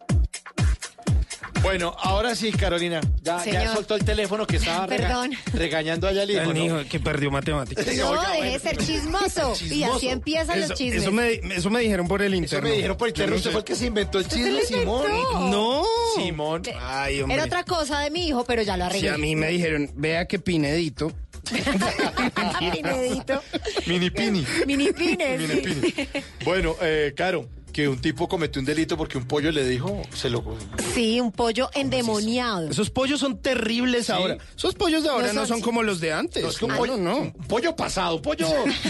Bueno, ahora sí, Carolina, ya soltó el teléfono que estaba regañando allá al hijo, el hijo ¿no? que perdió matemáticas. No, deje de ser chismoso. Y así empiezan los chismes. Eso me dijeron por el interno. Eso me dijeron por el interno. Usted fue el que se inventó el chisme, Simón. No. Simón. Ay, hombre. Era otra cosa de mi hijo, pero ya lo arreglé. Sí, a mí me dijeron, vea que Pinedito. Pinedito. Mini Pini. Mini Pines. Mini Pini. Bueno, Caro, que un tipo cometió un delito porque un pollo le dijo, Sí, un pollo endemoniado. Esos pollos son terribles ahora. Esos pollos de ahora no son como los de antes. No, es que un pollo, no. Un pollo pasado, un pollo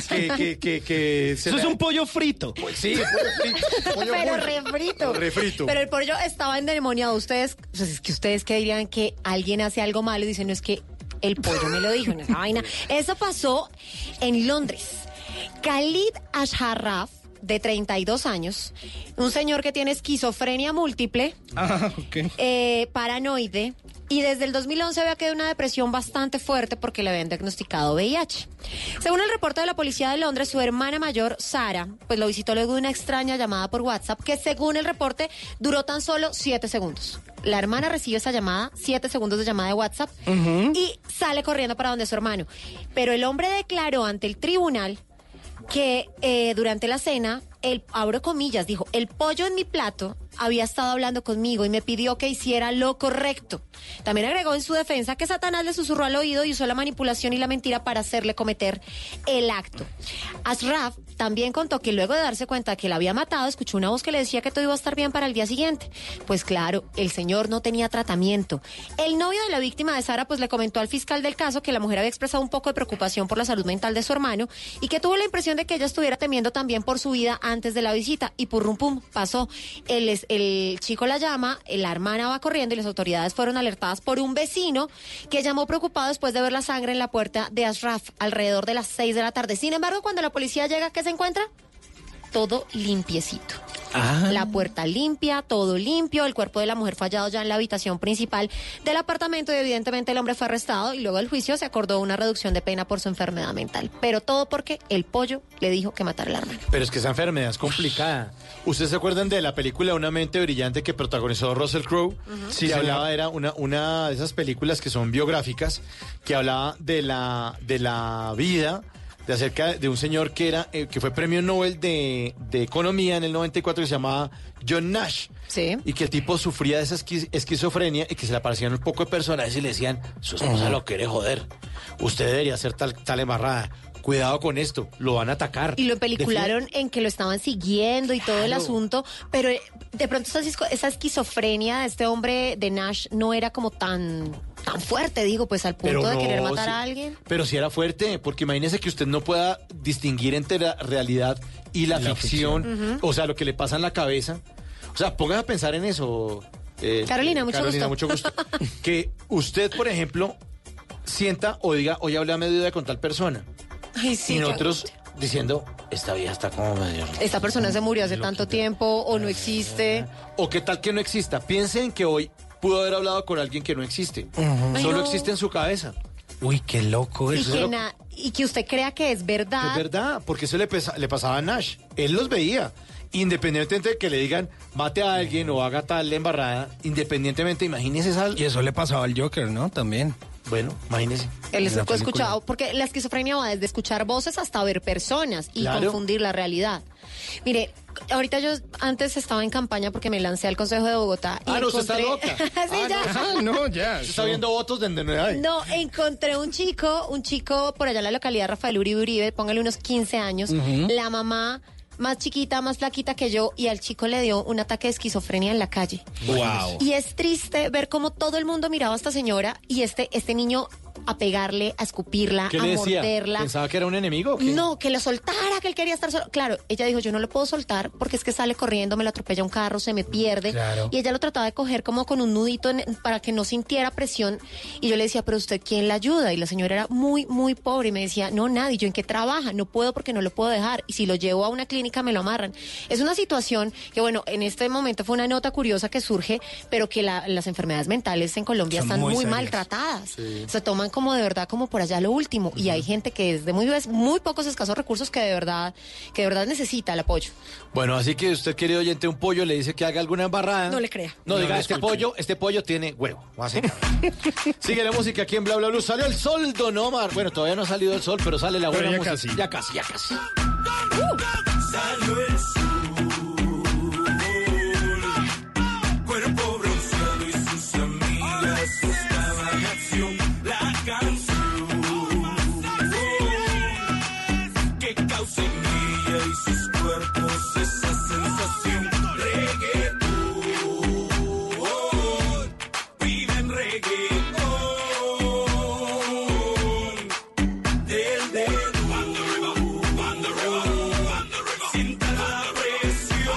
que Eso es un pollo frito. Pues sí, pollo frito. Pero refrito. Pero el pollo estaba endemoniado. Ustedes, pues es que ustedes que dirían que alguien hace algo malo y dicen, no, es que el pollo me lo dijo, no esa vaina. Eso pasó en Londres. Khalid Ashraf, de 32 años, un señor que tiene esquizofrenia múltiple, paranoide, y desde el 2011 había quedado una depresión bastante fuerte porque le habían diagnosticado VIH. Según el reporte de la policía de Londres, su hermana mayor, Sara, pues lo visitó luego de una extraña llamada por WhatsApp que, según el reporte, duró tan solo 7 segundos. La hermana recibe esa llamada, 7 segundos de llamada de WhatsApp, y sale corriendo para donde su hermano. Pero el hombre declaró ante el tribunal que durante la cena, abro comillas, dijo, el pollo en mi plato había estado hablando conmigo y me pidió que hiciera lo correcto. También agregó en su defensa que Satanás le susurró al oído y usó la manipulación y la mentira para hacerle cometer el acto. Ashraf también contó que luego de darse cuenta que la había matado, escuchó una voz que le decía que todo iba a estar bien para el día siguiente. Pues claro, el señor no tenía tratamiento. El novio de la víctima de Sara pues le comentó al fiscal del caso que la mujer había expresado un poco de preocupación por la salud mental de su hermano y que tuvo la impresión de que ella estuviera temiendo también por su vida antes de la visita, y purrum pum, pasó. El chico la llama, la hermana va corriendo y las autoridades fueron alertadas por un vecino que llamó preocupado después de ver la sangre en la puerta de Ashraf alrededor de las 6 de la tarde. Sin embargo, cuando la policía llega, ¿qué se encuentra? Todo limpiecito. La puerta limpia, todo limpio, el cuerpo de la mujer fue hallado ya en la habitación principal del apartamento y evidentemente el hombre fue arrestado y luego del juicio se acordó una reducción de pena por su enfermedad mental. Pero todo porque el pollo le dijo que matara a la hermana. Pero es que esa enfermedad es complicada. ¿Ustedes se acuerdan de la película Una mente brillante que protagonizó Russell Crowe? Sí, que hablaba, era una de esas películas que son biográficas, que hablaba de la vida de acerca de un señor que fue premio Nobel de Economía en el 94, que se llamaba John Nash. Sí. Y que el tipo sufría de esa esquizofrenia y que se le aparecían un poco de personajes y le decían, su esposa lo quiere joder, usted debería hacer tal embarrada. Cuidado con esto, lo van a atacar. Y lo pelicularon en que lo estaban siguiendo y todo el asunto, pero de pronto esa esquizofrenia de este hombre de Nash no era como tan fuerte, digo, pues al punto de querer matar a alguien. Pero sí era fuerte, porque imagínese que usted no pueda distinguir entre la realidad y la ficción, o sea, lo que le pasa en la cabeza. O sea, póngase a pensar en eso. Carolina, mucho gusto. Que usted, por ejemplo, sienta o diga, hoy hablé a mediodía con tal persona. Ay, sí, y nosotros diciendo, esta vieja está como medio... Esta persona se murió hace tanto tiempo o no existe. O qué tal que no exista. Piensen que hoy pudo haber hablado con alguien que no existe. Solo existe en su cabeza. Uy, qué loco eso. Y que usted crea que es verdad. Es verdad, porque eso le pasaba a Nash. Él los veía. Independientemente de que le digan mate a alguien o haga tal embarrada, independientemente, imagínese esa... Y eso le pasaba al Joker, ¿no? También. Bueno, imagínese. Él escuchado, porque la esquizofrenia va desde escuchar voces hasta ver personas y confundir la realidad. Mire, ahorita yo antes estaba en campaña porque me lancé al Consejo de Bogotá. Y no, usted está loca. Sí, ya. No, ya. Se está viendo votos de donde no hay. No, encontré un chico por allá en la localidad Rafael Uribe, póngale unos 15 años. La mamá más chiquita, más flaquita que yo, y al chico le dio un ataque de esquizofrenia en la calle. Wow. Y es triste ver cómo todo el mundo miraba a esta señora y este niño a pegarle, a escupirla, ¿Qué a le decía? morderla. ¿Pensaba que era un enemigo? ¿Qué? No, que lo soltara, que él quería estar solo. Claro, ella dijo, yo no lo puedo soltar porque es que sale corriendo, me lo atropella un carro, se me pierde. Claro. Y ella lo trataba de coger como con un nudito para que no sintiera presión. Y yo le decía, pero usted, ¿quién la ayuda? Y la señora era muy, muy pobre y me decía, no, nadie, ¿yo en qué trabaja? No puedo porque no lo puedo dejar. Y si lo llevo a una clínica me lo amarran. Es una situación que, bueno, en este momento fue una nota curiosa que surge, pero que las enfermedades mentales en Colombia son están muy serias. maltratadas. Sí. Se toman como de verdad como por allá lo último. Y hay gente que es de muy pocos escasos recursos que de verdad necesita el apoyo. Bueno, así que usted, querido oyente, un pollo le dice que haga alguna embarrada. No le crea. No, diga, le este pollo tiene huevo. Así. Sigue la música aquí en Bla Bla Blue. Salió el sol, Don Omar. Bueno, todavía no ha salido el sol, pero sale la buena música. Ya casi. Salió el cuerpo bronceado y sus amigas estaban en acción. La canción que causa en ella y sus cuerpos esa sensación. Reggaetón, viven reggaetón. Del dedo, sienta la presión.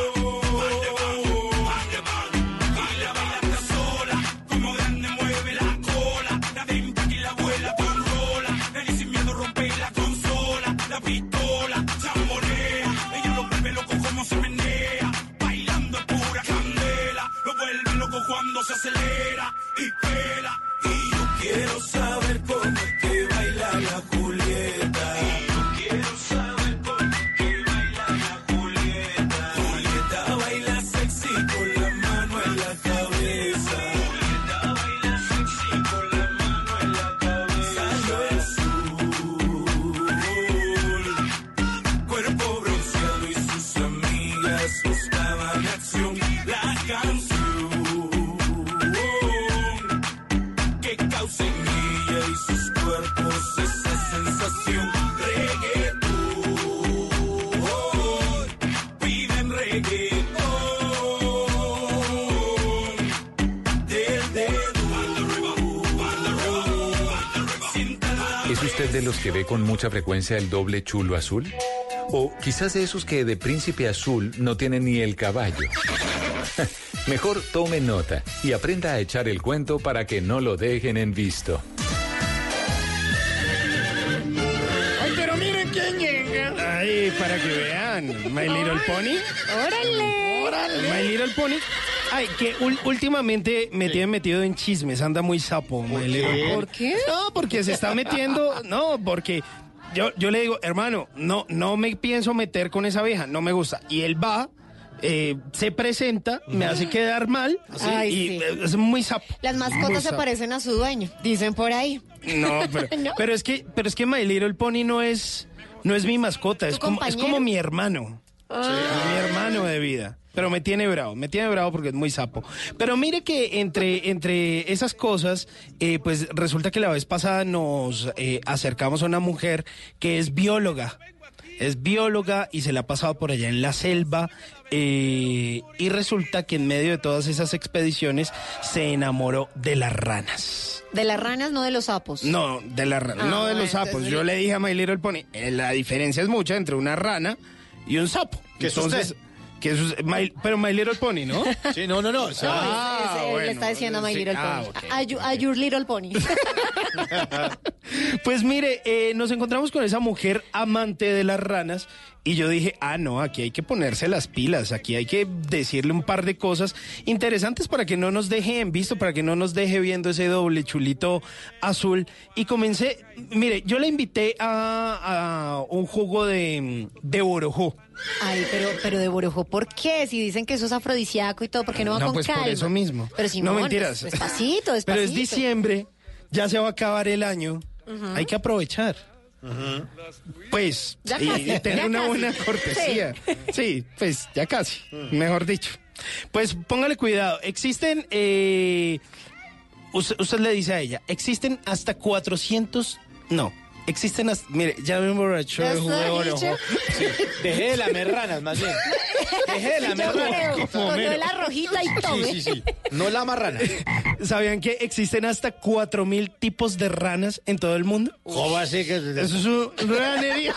Baila, baila sola, como grande mueve la cola. La denta y la abuela con rola. Nadie sin miedo rompe la consola. La pistola, chambolea. Ella lo vuelve loco como se menea. Bailando es pura candela. Lo vuelve loco cuando se acelera y pela. Y yo quiero saber cómo es que baila la Julieta. Y yo quiero saber cómo es que baila la Julieta. Julieta baila sexy con la mano en la cabeza. Julieta baila sexy con la mano en la cabeza. Salió el sol, cuerpo bronceado y sus amigas buscaban acción. La canción que causa en ella y sus cuerpos esa sensación. Reggaetón, piden reggaetón. Del dedo, sienta la ¿Es usted de los que ve con mucha frecuencia el doble chulo azul? O quizás de esos que de príncipe azul no tienen ni el caballo. Mejor tome nota y aprenda a echar el cuento para que no lo dejen en visto. Ay, pero miren quién llega. Ay, para que vean. My Little Pony. ¡Órale! My Little Pony. Ay, que últimamente me tienen metido en chismes. Anda muy sapo, My Little Pony. ¿Por qué? No, porque se está metiendo. No, porque yo le digo, hermano, no me pienso meter con esa vieja. No me gusta. Y él va se presenta, me hace quedar mal y es muy sapo. Las mascotas se parecen a su dueño, dicen por ahí. No, pero es que My Little Pony no es mi mascota, es como mi hermano. Mi hermano de vida. Pero me tiene bravo porque es muy sapo. Pero mire que entre esas cosas, pues resulta que la vez pasada nos acercamos a una mujer que es bióloga. Es bióloga y se la ha pasado por allá en la selva y resulta que en medio de todas esas expediciones se enamoró de las ranas. ¿De las ranas, no de los sapos? No, de las ranas, no de los sapos. Entonces... Yo le dije a My Little Pony, la diferencia es mucha entre una rana y un sapo. ¿Qué es usted? Pero My Little Pony, ¿no? Sí, no. Bueno, le está diciendo a My Little Pony. Okay. A Your Little Pony. Pues mire, nos encontramos con esa mujer amante de las ranas y yo dije, no, aquí hay que ponerse las pilas, aquí hay que decirle un par de cosas interesantes para que no nos deje en visto, para que no nos deje viendo ese doble chulito azul. Y comencé, mire, yo le invité a un jugo de borojó. Ay, pero de borojó, ¿por qué? Si dicen que eso es afrodisíaco y todo, ¿por qué no va con pues calma? Por eso mismo. Pero si no, mentiras. Despacito. Pero es diciembre, ya se va a acabar el año, hay que aprovechar. Pues, y tener una buena cortesía. Sí, pues, ya casi, mejor dicho. Pues, póngale cuidado, existen, usted le dice a ella, existen hasta 400, no. Existen mire, ya me emborrachó de jugo de borojó. Sí. Dejé de lamer ranas, más bien. Dejé de lamer ranas. Con la rojita y tome. Sí. No lama rana. ¿Sabían que existen hasta 4,000 tipos de ranas en todo el mundo? ¿Cómo así que...? Eso es un ranerío.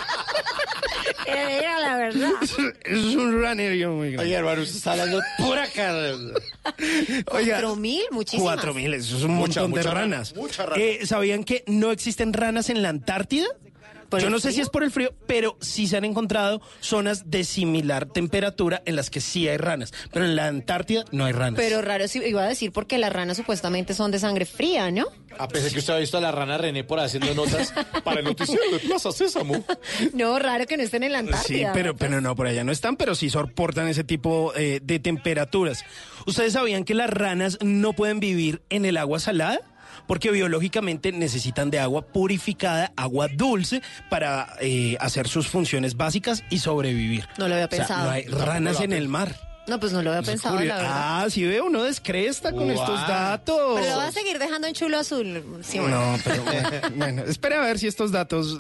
Era la verdad. Eso es un ranerío muy grande. Oye, hermano, usted está hablando pura cara. 4,000, muchísimas. 4,000, eso es un montón de ranas. Muchas ranas. ¿Sabían que no existen ranas en la Antártida? Yo no sé si es por el frío, pero sí se han encontrado zonas de similar temperatura en las que sí hay ranas. Pero en la Antártida no hay ranas. Pero raro, sí, iba a decir, porque las ranas supuestamente son de sangre fría, ¿no? A pesar de que usted ha visto a la rana René por haciendo notas para el noticiero de Plaza Sésamo. No, raro que no estén en la Antártida. Sí, pero no, por allá no están, pero sí soportan ese tipo de temperaturas. ¿Ustedes sabían que las ranas no pueden vivir en el agua salada? Porque biológicamente necesitan de agua purificada, agua dulce, para hacer sus funciones básicas y sobrevivir. No lo había pensado. No hay ranas en el mar. No, pues no lo había pensado, la verdad. Sí veo, uno descresta con estos datos. Pero lo va a seguir dejando en chulo azul. Sí, bueno. No, pero bueno, espera a ver si estos datos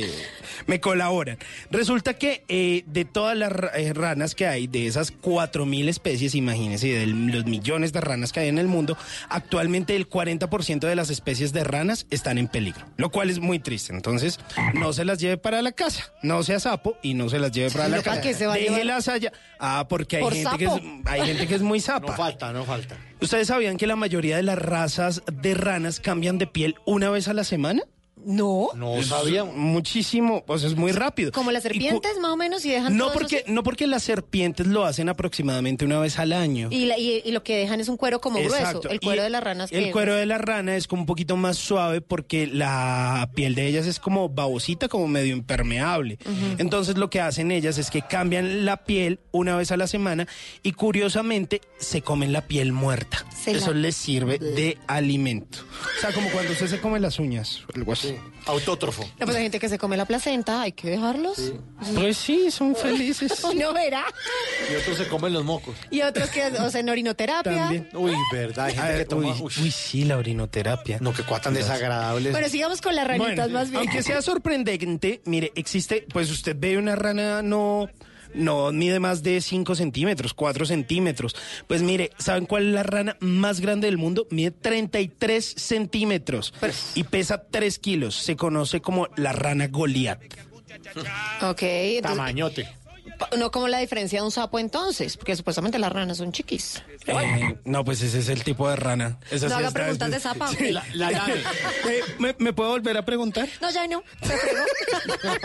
me colaboran. Resulta que de todas las ranas que hay, de esas 4,000 especies, imagínense, de los millones de ranas que hay en el mundo, actualmente el 40% de las especies de ranas están en peligro, lo cual es muy triste. Entonces, no se las lleve para la casa, no sea sapo y no se las lleve para la casa. Déjelas allá. Porque hay gente que es muy zapa. No falta. ¿Ustedes sabían que la mayoría de las razas de ranas cambian de piel una vez a la semana? No. No sabía. Muchísimo, pues es muy rápido. Como las serpientes, más o menos, y dejan no porque las serpientes lo hacen aproximadamente una vez al año. Y lo que dejan es un cuero como Exacto. grueso. El cuero de las ranas. El cuero de la rana es como un poquito más suave porque la piel de ellas es como babosita, como medio impermeable. Entonces lo que hacen ellas es que cambian la piel una vez a la semana y curiosamente se comen la piel muerta. Eso les sirve de alimento. O sea, como cuando usted se come las uñas, algo así. Autótrofo. No, pues hay gente que se come la placenta, hay que dejarlos. Sí. Pues sí, son felices. No verá. Y otros se comen los mocos. Y otros que hacen orinoterapia. También. Uy, verdad, hay gente que toma. Uy, sí, la orinoterapia. No, que cuatan desagradables. Bueno, sigamos con las ranitas más bien. Aunque sea sorprendente, mire, existe, pues usted ve una rana no mide más de 5 centímetros, 4 centímetros. Pues mire, ¿saben cuál es la rana más grande del mundo? Mide 33 centímetros y pesa 3 kilos. Se conoce como la rana Goliat. Ok. Entonces, tamañote. No como la diferencia de un sapo entonces, porque supuestamente las ranas son chiquis. No, pues ese es el tipo de rana. No haga preguntas de zapa. Sí, ¿Me puedo volver a preguntar? No, ya no. Se fregó.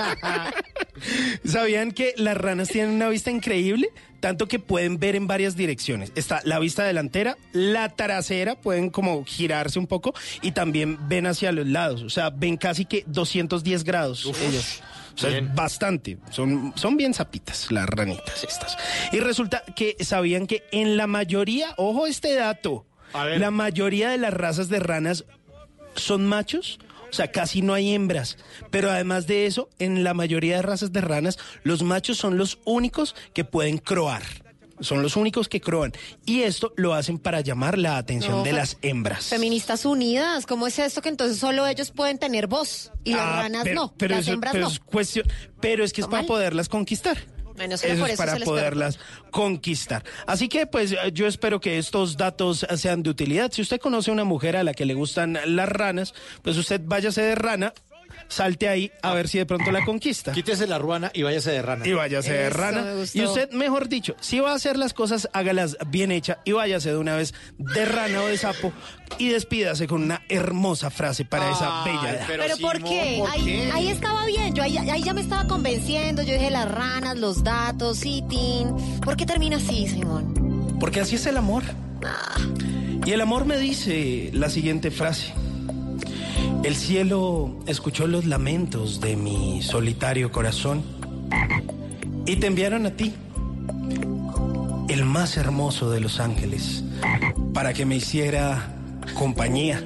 ¿Sabían que las ranas tienen una vista increíble? Tanto que pueden ver en varias direcciones. Está la vista delantera, la trasera, pueden como girarse un poco y también ven hacia los lados. O sea, ven casi que 210 grados ellos. O sea, es bastante. Son bien sapitas las ranitas estas. Y resulta que sabían que en la mayoría, ojo este dato, la mayoría de las razas de ranas son machos. O sea, casi no hay hembras. Pero además de eso, en la mayoría de razas de ranas, los machos son los únicos que pueden croar. Son los únicos que croan. Y esto lo hacen para llamar la atención de las hembras. Feministas unidas, ¿cómo es esto que entonces solo ellos pueden tener voz y las ranas no? Pero las hembras no. Pero es que es para poderlas conquistar. Bueno, Eso es para poderlas conquistar. Así que pues yo espero que estos datos sean de utilidad. Si usted conoce a una mujer a la que le gustan las ranas, pues usted váyase de rana, salte ahí a ver si de pronto la conquista. Quítese la ruana y váyase de rana. Y váyase de rana. Y usted, mejor dicho, si va a hacer las cosas, hágalas bien hechas y váyase de una vez de rana o de sapo y despídase con una hermosa frase para esa bella edad. Pero ¿por qué? Ahí estaba bien, yo ahí ya me estaba convenciendo, yo dije las ranas, los datos, tin. ¿Por qué termina así, Simón? Porque así es el amor. Y el amor me dice la siguiente frase. El cielo escuchó los lamentos de mi solitario corazón y te enviaron a ti, el más hermoso de los ángeles, para que me hiciera compañía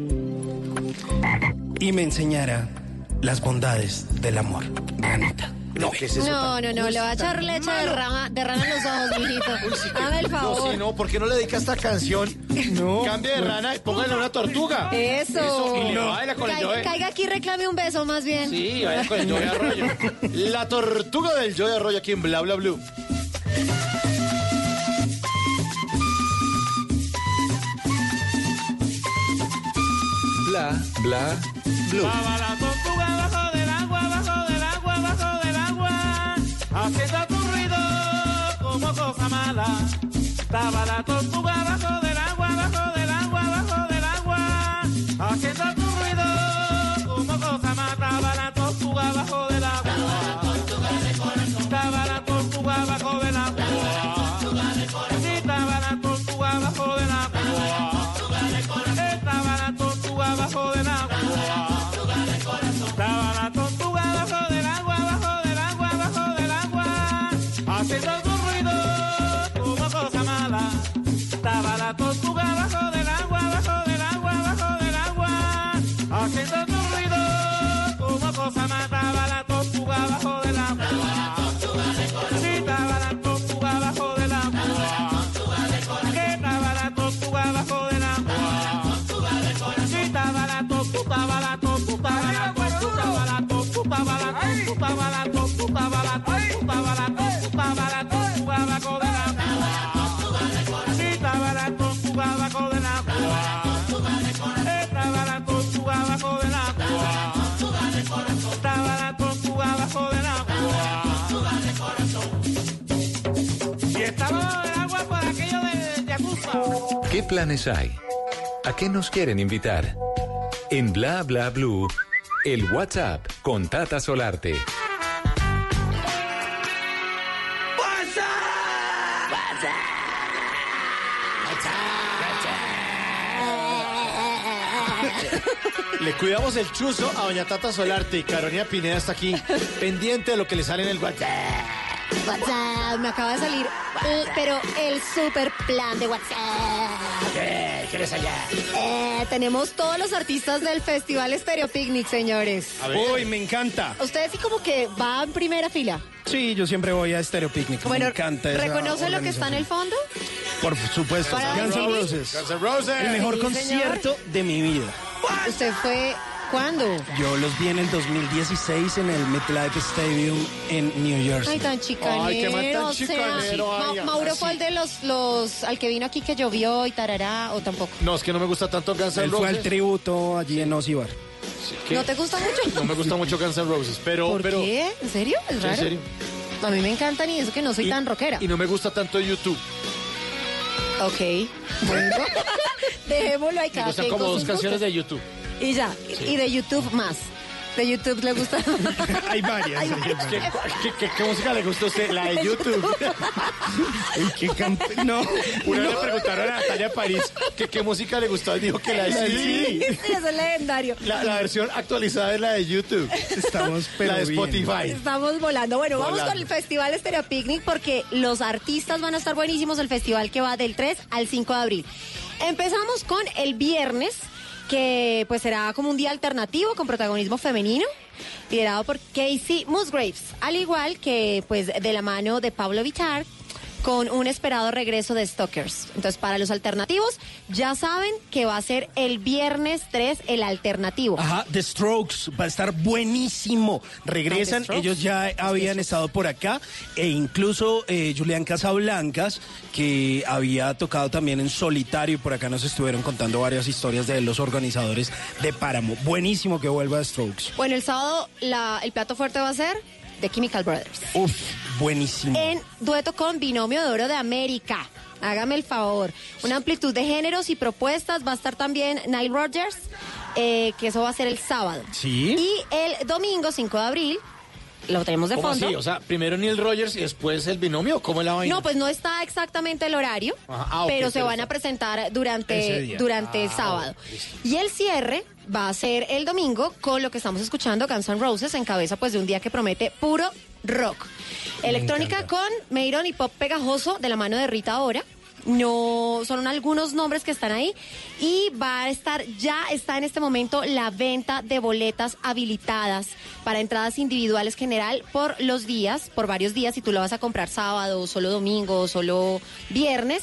y me enseñara las bondades del amor, ranita. No, ¿qué es eso? No, le va a echar leche de rana en los ojos, mijito. Dame el favor. No, ¿por qué no le dedica esta canción? No. Cambie de rana y póngale una tortuga. Eso. Y le baila con el Joe. Caiga aquí y reclame un beso, más bien. Sí, vaya con el Joe Arroyo. La tortuga del Joe Arroyo aquí en Bla Bla Blue. Bla Bla Blue. Estaba la tortuga bajo del agua, bajo del agua, bajo del agua, haciendo tu ruido como cosa mala. Estaba la tortuga bajo del agua, bajo del agua, bajo del agua, haciendo tu ruido como cosa mala. Estaba la tortuga bajo del agua. Estaba la tortuga bajo del agua. Sí, estaba la tortuga bajo del agua. Estaba la tortuga bajo del agua. Estaba la tortuga bajo del agua, bajo del agua, bajo del agua, haciendo tu ruido como cosa mala. Estaba la tortuga bajo del agua, bajo del agua, bajo del agua, haciendo tu ruido como cosa mala. Estaba la tortuga bajo del agua. Sí, estaba la tortuga bajo del agua. Que estaba la tortuga bajo del agua. Sí, estaba la tortuga, estaba la tortuga, la tortuga, la tortuga, la tortuga, la tortuga, la tortuga, la tortuga, la tortuga bajo del agua. Sí, estaba la tortuga bajo del agua. Estaba la tortuga bajo del agua. Estaba la tortuga bajo del agua. Y estaba bajo del agua por aquello de Yakuza. ¿Qué planes hay? ¿A qué nos quieren invitar? En Bla Bla Blue, el WhatsApp con Tata Solarte. Le cuidamos el chuzo a doña Tata Solarte y Carolina Pineda está aquí pendiente de lo que le sale en el WhatsApp. WhatsApp, me acaba de salir, pero el super plan de WhatsApp. ¿Qué les allá? Tenemos todos los artistas del Festival Estéreo Picnic, señores. Uy, me encanta. Ustedes sí como que va en primera fila. Sí, yo siempre voy a Estéreo Picnic. Bueno, me encanta esa ¿reconoce lo que está en el fondo? Por supuesto, Guns N' Roses. Guns N' Roses. El mejor Sí, concierto de mi vida. ¿Usted fue cuándo? Yo los vi en el 2016 en el MetLife Stadium en New Jersey. Ay, tan chicanero. Ay, qué mal tan o sea, chicanero. Ay, Mauro así. fue el de los al que vino aquí que llovió y tarará, o tampoco. No, es que no me gusta tanto Guns N' Él fue al Roses. tributo allí en Osibar. ¿No te gusta mucho? No me gusta mucho Guns N' Roses, pero... ¿Por qué? ¿En serio? ¿Es raro? ¿En serio? A mí me encantan y eso que no soy tan rockera. Y no me gusta tanto YouTube. Ok. Bueno, dejémoslo ahí Me cada gustan quien como con dos sus canciones gustos. de YouTube. Y ya, y de YouTube más. ¿De YouTube le gusta? Hay varias. ¿Qué música le gusta a usted? La de YouTube. No. Una vez le preguntaron a Natalia París qué música le gustó. Él dijo que la de CD. Sí, eso es legendario. La versión actualizada es la de YouTube. Estamos la de Spotify. Estamos volando. Bueno, vamos con el Festival Estéreo Picnic porque los artistas van a estar buenísimos. El festival que va del 3 al 5 de abril. Empezamos con el viernes, que pues será como un día alternativo con protagonismo femenino, liderado por Casey Musgraves, al igual que pues de la mano de Pablo Vittar, con un esperado regreso de Stalkers. Entonces, para los alternativos, ya saben que va a ser el viernes 3 el alternativo. Ajá, The Strokes va a estar buenísimo. Regresan, ellos ya habían estado por acá, e incluso Julián Casablancas, que había tocado también en solitario, y por acá nos estuvieron contando varias historias de los organizadores de Páramo. Buenísimo que vuelva The Strokes. Bueno, el sábado el plato fuerte va a ser The Chemical Brothers. Uf, buenísimo. En dueto con Binomio de Oro de América. Hágame el favor. Una amplitud de géneros y propuestas. Va a estar también Nile Rodgers, que eso va a ser el sábado. Sí. Y el domingo, 5 de abril, lo tenemos de ¿Cómo fondo. así? O sea, primero Neil Rogers y después el binomio. ¿Cómo es la vaina? No, pues no está exactamente el horario, Ajá, pero ok, se van a presentar durante el sábado. Listo. Y el cierre va a ser el domingo con lo que estamos escuchando, Guns N' Roses, en cabeza pues de un día que promete puro rock. Electrónica con Meiron y pop pegajoso de la mano de Rita Ora. No, son algunos nombres que están ahí y ya está en este momento la venta de boletas habilitadas para entradas individuales general por varios días, si tú lo vas a comprar sábado, solo domingo, solo viernes,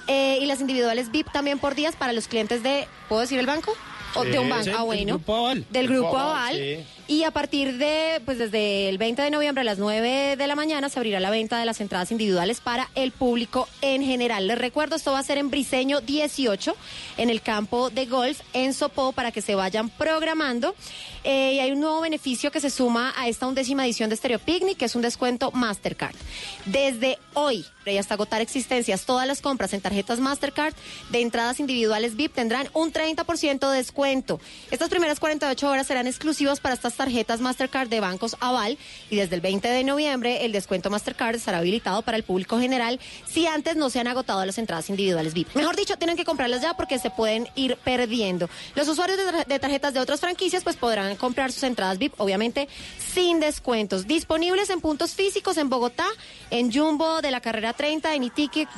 y las individuales VIP también por días para los clientes ¿puedo decir el banco? O de un banco, sí, bueno. Del Grupo Aval. Del Grupo Aval. Sí. Y a partir desde el 20 de noviembre a las 9 de la mañana se abrirá la venta de las entradas individuales para el público en general. Les recuerdo, esto va a ser en Briceño 18, en el campo de golf en Sopó, para que se vayan programando. Y hay un nuevo beneficio que se suma a esta 11ª edición de Estéreo Picnic, que es un descuento Mastercard. Desde hoy, y hasta agotar existencias, todas las compras en tarjetas Mastercard de entradas individuales VIP tendrán un 30% de descuento. Estas primeras 48 horas serán exclusivas para estas tarjetas Mastercard de bancos Aval, y desde el 20 de noviembre el descuento Mastercard estará habilitado para el público general si antes no se han agotado las entradas individuales VIP. Mejor dicho, tienen que comprarlas ya porque se pueden ir perdiendo. Los usuarios de tarjetas de otras franquicias pues podrán comprar sus entradas VIP, obviamente sin descuentos. Disponibles en puntos físicos en Bogotá, en Jumbo de la carrera 30, en e-ticket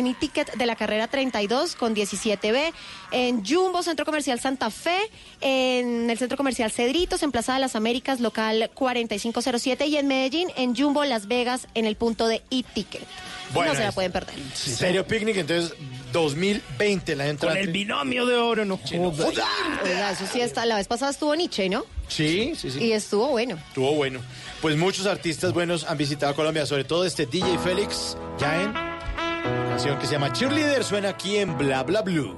de la carrera 32 con 17B, en Jumbo Centro Comercial Santa Fe, en el Centro Comercial Cedritos, en Plaza de las Américas, local 4507, y en Medellín, en Jumbo Las Vegas, en el punto de e-ticket. Bueno, no se la pueden perder. Estéreo Picnic, entonces 2020 la entrada. Con el binomio de oro, no jodas. Oiga, eso sí está. La vez pasada estuvo Nietzsche, ¿no? Sí. Y estuvo bueno. Estuvo bueno. Pues muchos artistas buenos han visitado Colombia, sobre todo DJ Félix Jaén. Canción que se llama Cheerleader, suena aquí en Bla Bla Blue.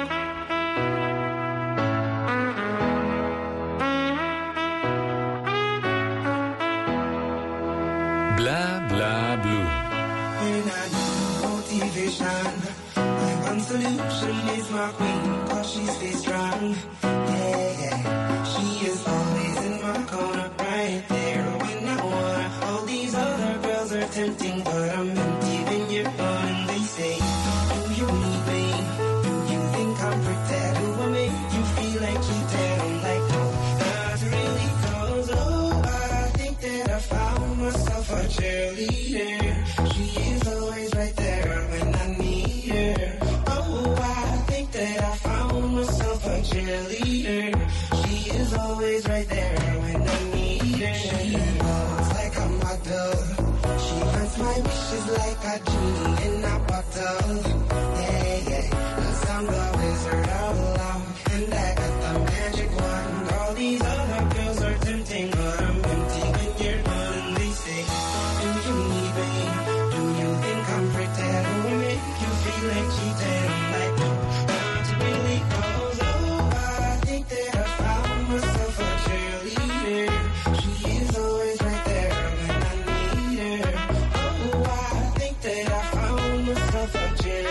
Bla Bla Blue. My one solution is my queen, cause she stays strong. Yeah. She is always in my corner, right there when I wanna. All these other girls are tempting, but I'm empty when you're gone. And they say, do you need me? Do you think I'm pretend? Do I make you feel like you're dead? I'm like, no, not really, cause oh, I think that I found myself a cheerleader. She is always right there when I need her. Oh, I think that I found myself a cheerleader. She is always right there when I need her. She walks like a model. She grants my wishes like a genie in a bottle. Yeah. 'Cause I'm the wizard of love, and I got the magic wand. All these other girls are tempting, but I'm empty when you're gone. And they say, do you need me? Do you think I'm pretend? Do I make you feel like cheating? I'm like, no, not really, cause oh, I think that I found myself a cheerleader. She is always right there when I need her. Oh, I think that I found myself a cheerleader.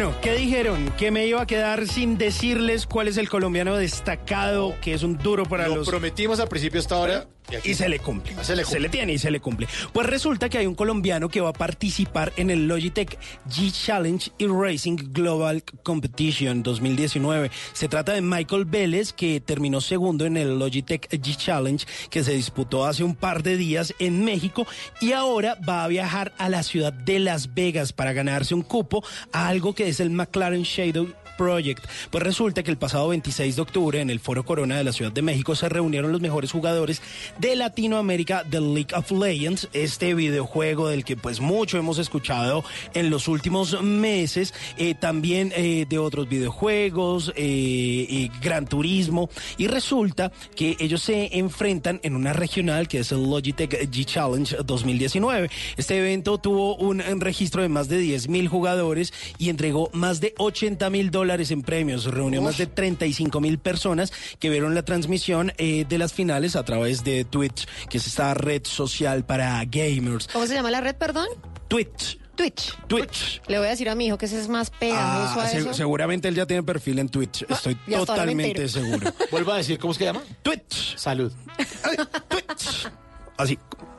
Bueno, ¿qué dijeron? Que me iba a quedar sin decirles cuál es el colombiano destacado, que es un duro para Lo los... prometimos al principio hasta ahora. Y se le cumple. Se le tiene y se le cumple. Pues resulta que hay un colombiano que va a participar en el Logitech G Challenge e-Racing Global Competition 2019. Se trata de Michael Vélez, que terminó segundo en el Logitech G Challenge, que se disputó hace un par de días en México, y ahora va a viajar a la ciudad de Las Vegas para ganarse un cupo a algo que es el McLaren Shadow Project. Pues resulta que el pasado 26 de octubre en el Foro Corona de la Ciudad de México se reunieron los mejores jugadores de Latinoamérica del League of Legends, este videojuego del que pues mucho hemos escuchado en los últimos meses, también de otros videojuegos, Gran Turismo, y resulta que ellos se enfrentan en una regional que es el Logitech G Challenge 2019. Este evento tuvo un registro de más de 10,000 jugadores y entregó más de $80,000 en premios. Reunió más de 35,000 personas que vieron la transmisión de las finales a través de Twitch, que es esta red social para gamers. ¿Cómo se llama la red, perdón? Twitch. Le voy a decir a mi hijo que ese es más pegajoso a eso. Seguramente él ya tiene perfil en Twitch. Estoy totalmente seguro. Vuelvo a decir, ¿cómo es que llama? Twitch. Salud. Twitch. Así.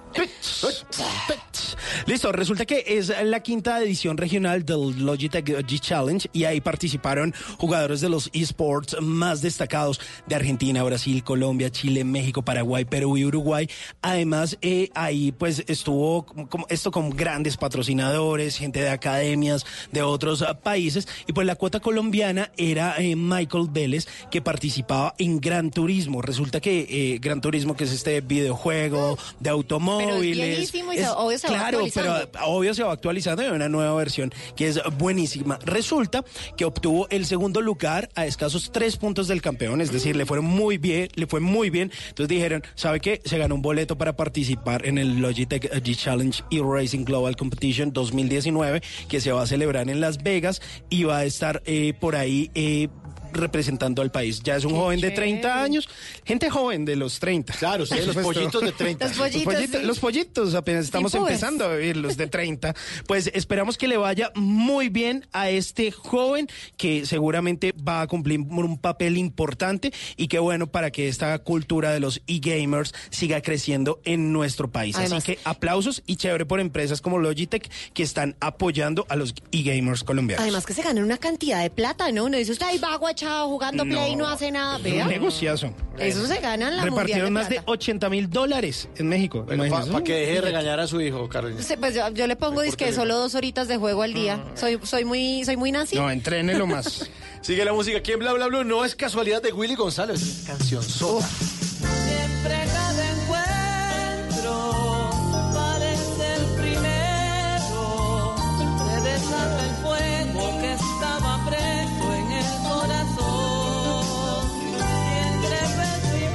Listo, resulta que es la quinta edición regional del Logitech G Challenge y ahí participaron jugadores de los eSports más destacados de Argentina, Brasil, Colombia, Chile, México, Paraguay, Perú y Uruguay. Además, ahí pues estuvo con grandes patrocinadores, gente de academias de otros países, y pues la cuota colombiana era Michael Vélez, que participaba en Gran Turismo. Resulta que Gran Turismo, que es este videojuego de automóviles, pero es viejísimo y obvio se va actualizando. Pero obvio se va actualizando y hay una nueva versión que es buenísima. Resulta que obtuvo el segundo lugar a escasos 3 puntos del campeón, es decir, le fue muy bien. Entonces dijeron, ¿sabe qué? Se ganó un boleto para participar en el Logitech G Challenge e-Racing Global Competition 2019, que se va a celebrar en Las Vegas y va a estar por ahí representando al país. Ya es un joven de 30 años, gente joven de los 30. Claro, ustedes los pollitos de 30. Los pollitos, apenas estamos empezando a vivir los de 30. Pues esperamos que le vaya muy bien a este joven, que seguramente va a cumplir un papel importante, y qué bueno para que esta cultura de los e-gamers siga creciendo en nuestro país. Además, así que aplausos y chévere por empresas como Logitech que están apoyando a los e-gamers colombianos. Además que se ganan una cantidad de plata, ¿no? Uno dice, usted ahí va guachado jugando Play y no hace nada. Vea. Un negociazo. Eso se gana en la Repartieron mundial de más de $80,000 en México. Bueno, para que deje de regañar a su hijo, Carolina. Sí, pues yo le pongo disque solo 2 horitas de juego al día. Soy muy nazi. No, entrénelo más. Sigue la música aquí en Bla Bla Blue. No es casualidad de Willy González. Canción sota. Siempre cada encuentro parece el primero. Se desata el fuego que estaba preso en el corazón. Y entre beso y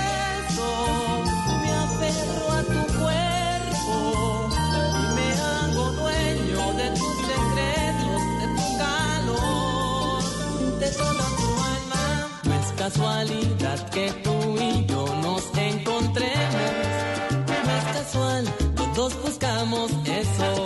beso me aferro a tu cuerpo y me hago dueño de tus secretos, de tu calor, de toda tu alma. No es casualidad que tú y yo nos encontremos. No es casual, los dos buscamos eso.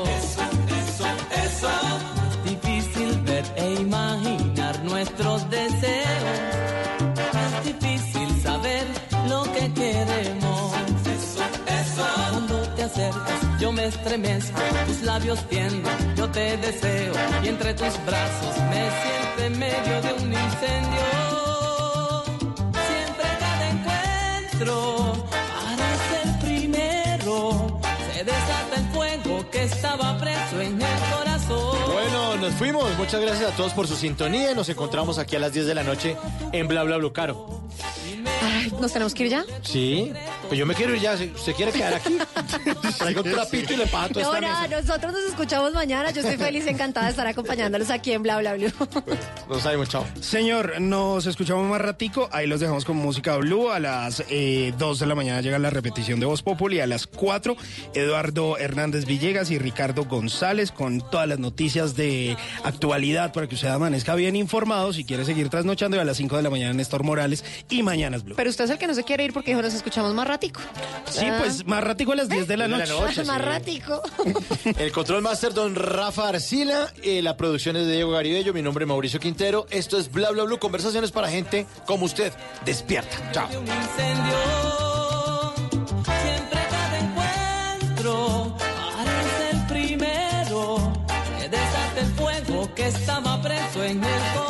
Es difícil ver e imaginar nuestros deseos. Es difícil saber lo que queremos. Cuando te acercas, yo me estremezco, tus labios tienden, yo te deseo, y entre tus brazos me siento en medio de un incendio. Siempre cada encuentro parece el primero. Se desata el fuego que estaba preso en el corazón. Bueno, nos fuimos. Muchas gracias a todos por su sintonía. Nos encontramos aquí a las 10 de la noche en Bla Bla Blue. Caro. Ay, ¿nos tenemos que ir ya? Sí, pues yo me quiero ir ya. ¿Se quiere quedar aquí? Traigo un trapito y le pago toda esta mesa. Nosotros nos escuchamos mañana. Yo estoy feliz y encantada de estar acompañándolos aquí en Bla Bla Blue. Nos salimos, chao. Señor, nos escuchamos más ratico. Ahí los dejamos con música Blue. A las 2 de la mañana llega la repetición de Voz Populi. A las 4, Eduardo Hernández Villegas y Ricardo González con todas las noticias de actualidad para que usted amanezca bien informado. Si quiere seguir trasnochando, y a las 5 de la mañana Néstor Morales y Mañanas Blue. Pero usted es el que no se quiere ir porque dijo nos escuchamos más ratito. ratico. Sí, pues más ratico a las 10 de la noche. Más ratico. El control master, don Rafa Arcila. La producción es de Diego Garibello. Mi nombre es Mauricio Quintero. Esto es Bla Bla Blue, conversaciones para gente como usted. Despierta. Chao. Un incendio, siempre cada encuentro parece el primero que desata el fuego que estaba preso en el corazón.